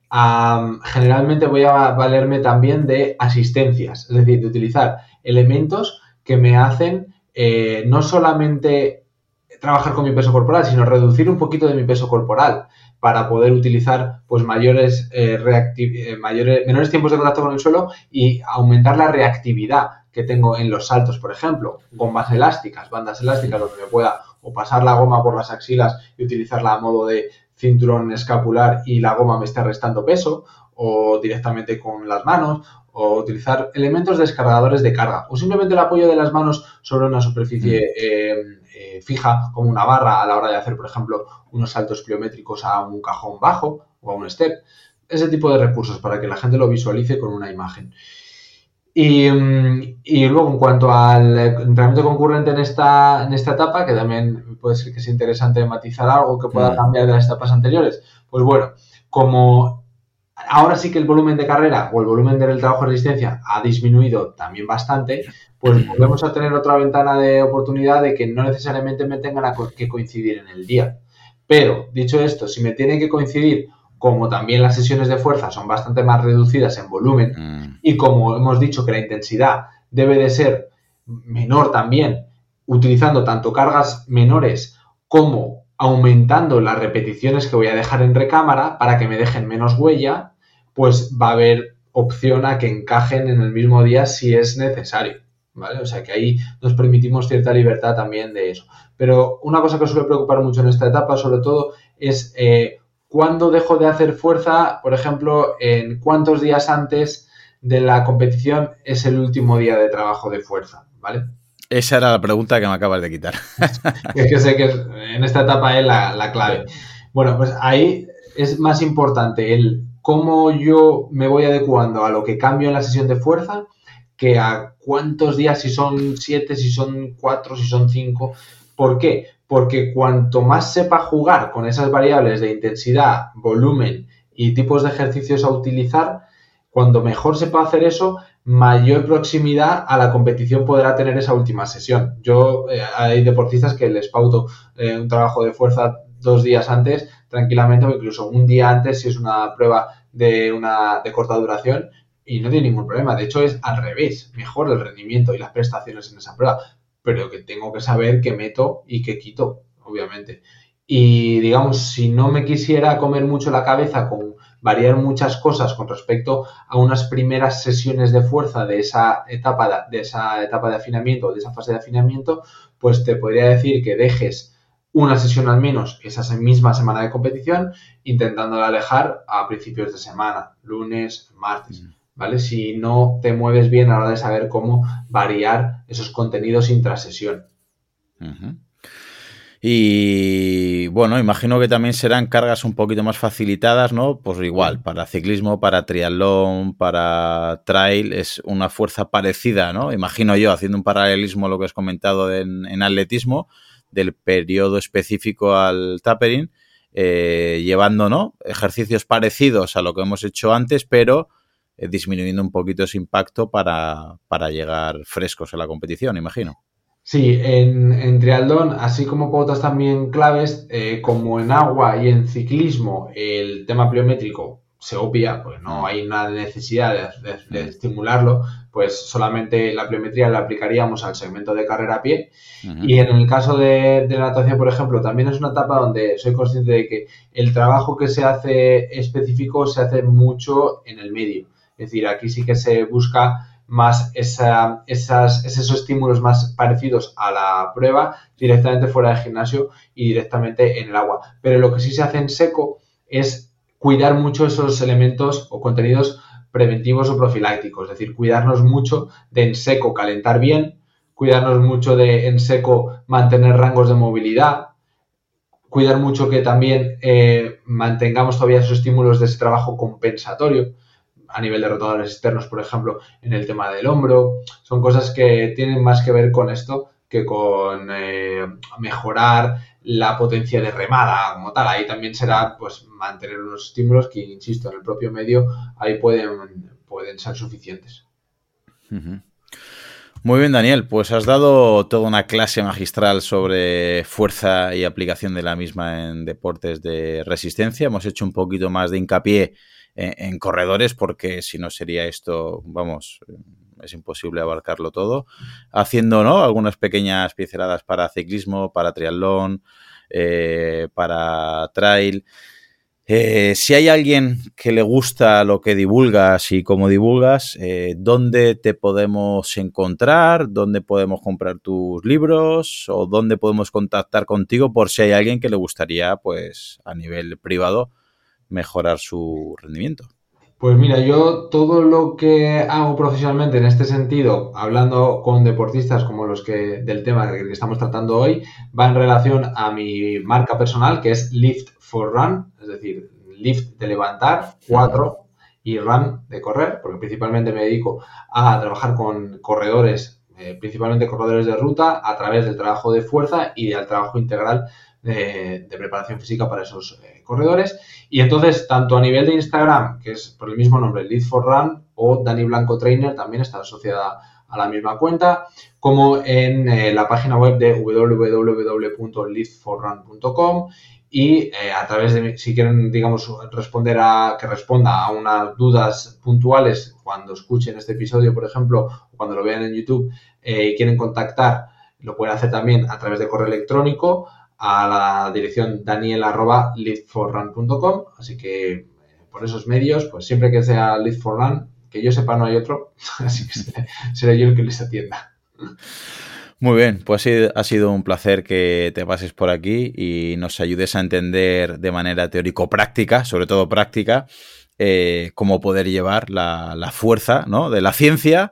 um, generalmente voy a valerme también de asistencias, es decir, de utilizar elementos que me hacen eh, no solamente trabajar con mi peso corporal, sino reducir un poquito de mi peso corporal para poder utilizar pues mayores, eh, reactiv- eh, mayores menores tiempos de contacto con el suelo y aumentar la reactividad que tengo en los saltos, por ejemplo, gomas elásticas, bandas elásticas donde me pueda o pasar la goma por las axilas y utilizarla a modo de cinturón escapular y la goma me esté restando peso, o directamente con las manos, o utilizar elementos descargadores de carga, o simplemente el apoyo de las manos sobre una superficie eh, eh, fija, como una barra, a la hora de hacer, por ejemplo, unos saltos pliométricos a un cajón bajo o a un step. Ese tipo de recursos para que la gente lo visualice con una imagen. Y, y luego, en cuanto al entrenamiento concurrente en esta, en esta etapa, que también puede ser que sea interesante matizar algo que pueda cambiar de las etapas anteriores, pues bueno, como ahora sí que el volumen de carrera o el volumen del trabajo de resistencia ha disminuido también bastante, pues volvemos a tener otra ventana de oportunidad de que no necesariamente me tengan que coincidir en el día. Pero, dicho esto, si me tiene que coincidir, como también las sesiones de fuerza son bastante más reducidas en volumen, mm. y como hemos dicho que la intensidad debe de ser menor también, utilizando tanto cargas menores como aumentando las repeticiones que voy a dejar en recámara para que me dejen menos huella, pues va a haber opción a que encajen en el mismo día si es necesario, ¿vale? O sea que ahí nos permitimos cierta libertad también de eso. Pero una cosa que suele preocupar mucho en esta etapa, sobre todo, es eh, cuándo dejo de hacer fuerza, por ejemplo, en cuántos días antes de la competición es el último día de trabajo de fuerza, ¿vale? Esa era la pregunta que me acabas de quitar. Es que sé que en esta etapa es la, la clave. Bueno, pues ahí es más importante el cómo yo me voy adecuando a lo que cambio en la sesión de fuerza que a cuántos días, si son siete, si son cuatro, si son cinco. ¿Por qué? Porque cuanto más sepa jugar con esas variables de intensidad, volumen y tipos de ejercicios a utilizar, cuando mejor sepa hacer eso, mayor proximidad a la competición podrá tener esa última sesión. Yo, eh, hay deportistas que les pauto eh, un trabajo de fuerza dos días antes, tranquilamente, o incluso un día antes si es una prueba de, una, de corta duración, y no tiene ningún problema. De hecho, es al revés, mejor el rendimiento y las prestaciones en esa prueba, pero que tengo que saber qué meto y qué quito, obviamente. Y, digamos, si no me quisiera comer mucho la cabeza con variar muchas cosas con respecto a unas primeras sesiones de fuerza de esa etapa de, de esa etapa de afinamiento, de esa fase de afinamiento, pues te podría decir que dejes una sesión al menos esa misma semana de competición, intentándola alejar a principios de semana, lunes, martes, ¿vale? Si no te mueves bien a la hora de saber cómo variar esos contenidos intrasesión. Uh-huh. Y bueno, imagino que también serán cargas un poquito más facilitadas, ¿no? Pues igual, para ciclismo, para triatlón, para trail, es una fuerza parecida, ¿no? Imagino yo, haciendo un paralelismo a lo que has comentado en, en atletismo, del periodo específico al tapering, eh, llevando, ¿no?, ejercicios parecidos a lo que hemos hecho antes, pero eh, disminuyendo un poquito ese impacto para, para llegar frescos a la competición, imagino. Sí, en, en triatlón, así como pautas también claves, eh, como en agua y en ciclismo, el tema pliométrico se obvia, pues no hay una necesidad de, de, de estimularlo, pues solamente la pliometría la aplicaríamos al segmento de carrera a pie. Uh-huh. Y en el caso de, de natación, por ejemplo, también es una etapa donde soy consciente de que el trabajo que se hace específico se hace mucho en el medio. Es decir, aquí sí que se busca más esa, esas, esos estímulos más parecidos a la prueba directamente fuera del gimnasio y directamente en el agua. Pero lo que sí se hace en seco es cuidar mucho esos elementos o contenidos preventivos o profilácticos, es decir, cuidarnos mucho de en seco calentar bien, cuidarnos mucho de en seco mantener rangos de movilidad, cuidar mucho que también eh, mantengamos todavía esos estímulos de ese trabajo compensatorio a nivel de rotadores externos, por ejemplo, en el tema del hombro. Son cosas que tienen más que ver con esto que con eh, mejorar la potencia de remada como tal. Ahí también será pues mantener unos estímulos que, insisto, en el propio medio ahí pueden, pueden ser suficientes. Uh-huh. Muy bien, Daniel, pues has dado toda una clase magistral sobre fuerza y aplicación de la misma en deportes de resistencia. Hemos hecho un poquito más de hincapié en, en corredores porque si no sería esto, vamos, es imposible abarcarlo todo. Haciendo, ¿no?, algunas pequeñas pinceladas para ciclismo, para triatlón, eh, para trail. Eh, si hay alguien que le gusta lo que divulgas y cómo divulgas, eh, ¿dónde te podemos encontrar? ¿Dónde podemos comprar tus libros? ¿O dónde podemos contactar contigo por si hay alguien que le gustaría, pues, a nivel privado, mejorar su rendimiento? Pues mira, yo todo lo que hago profesionalmente en este sentido, hablando con deportistas como los que del tema que estamos tratando hoy, va en relación a mi marca personal, que es Lift for Run, es decir, lift de levantar, cuatro, y run de correr, porque principalmente me dedico a trabajar con corredores, eh, principalmente corredores de ruta, a través del trabajo de fuerza y del trabajo integral de, de preparación física para esos eh, corredores. Y entonces, tanto a nivel de Instagram, que es por el mismo nombre, Lift for Run, o Dani Blanco Trainer, también está asociada a la misma cuenta, como en eh, la página web de w w w punto lift for run punto com. Y eh, a través de, si quieren, digamos, responder a, que responda a unas dudas puntuales cuando escuchen este episodio, por ejemplo, o cuando lo vean en YouTube, eh, y quieren contactar, lo pueden hacer también a través de correo electrónico a la dirección daniel arroba lift for run punto com. Así que eh, por esos medios, pues siempre que sea Lift for Run, que yo sepa no hay otro, así que seré, seré yo el que les atienda. Muy bien, pues ha sido un placer que te pases por aquí y nos ayudes a entender de manera teórico-práctica, sobre todo práctica, eh, cómo poder llevar la, la fuerza, ¿no?, de la ciencia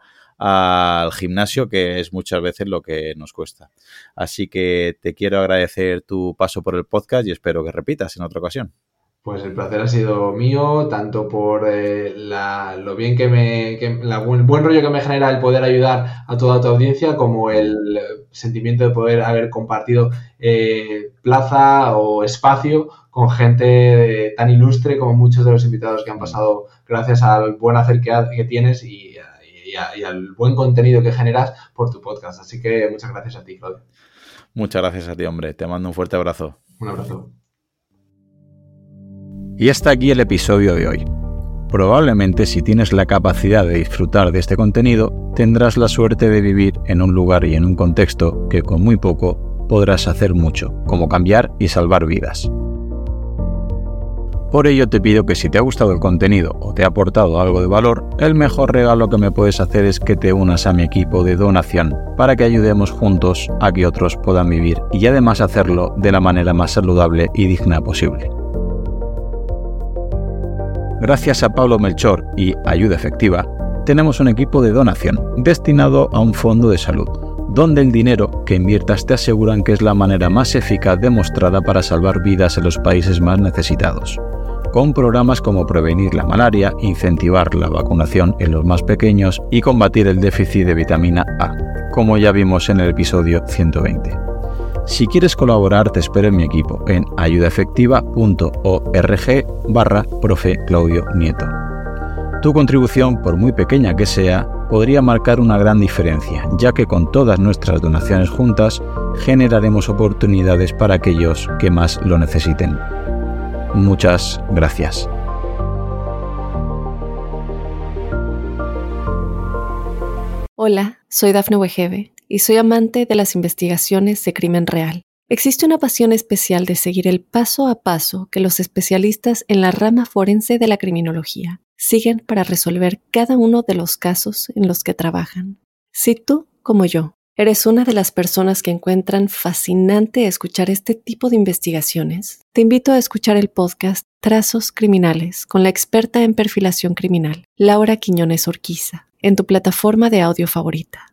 al gimnasio, que es muchas veces lo que nos cuesta. Así que te quiero agradecer tu paso por el podcast y espero que repitas en otra ocasión. Pues el placer ha sido mío, tanto por eh, la, lo bien que me, que, la, el buen rollo que me genera el poder ayudar a toda tu audiencia, como el sentimiento de poder haber compartido eh, plaza o espacio con gente eh, tan ilustre como muchos de los invitados que han pasado, gracias al buen hacer que, que tienes y, y, a, y al buen contenido que generas por tu podcast. Así que muchas gracias a ti, Claudio. Muchas gracias a ti, hombre. Te mando un fuerte abrazo. Un abrazo. Y hasta aquí el episodio de hoy. Probablemente si tienes la capacidad de disfrutar de este contenido, tendrás la suerte de vivir en un lugar y en un contexto que con muy poco podrás hacer mucho, como cambiar y salvar vidas. Por ello te pido que si te ha gustado el contenido o te ha aportado algo de valor, el mejor regalo que me puedes hacer es que te unas a mi equipo de donación para que ayudemos juntos a que otros puedan vivir y además hacerlo de la manera más saludable y digna posible. Gracias a Pablo Melchor y Ayuda Efectiva, tenemos un equipo de donación destinado a un fondo de salud, donde el dinero que inviertas te aseguran que es la manera más eficaz demostrada para salvar vidas en los países más necesitados, con programas como prevenir la malaria, incentivar la vacunación en los más pequeños y combatir el déficit de vitamina A, como ya vimos en el episodio ciento veinte. Si quieres colaborar, te espero en mi equipo en ayudaefectiva.org barra profe Claudio Nieto. Tu contribución, por muy pequeña que sea, podría marcar una gran diferencia, ya que con todas nuestras donaciones juntas generaremos oportunidades para aquellos que más lo necesiten. Muchas gracias. Hola, soy Dafne Wegebe y soy amante de las investigaciones de crimen real. Existe una pasión especial de seguir el paso a paso que los especialistas en la rama forense de la criminología siguen para resolver cada uno de los casos en los que trabajan. Si tú, como yo, eres una de las personas que encuentran fascinante escuchar este tipo de investigaciones, te invito a escuchar el podcast Trazos Criminales con la experta en perfilación criminal, Laura Quiñones Orquiza, en tu plataforma de audio favorita.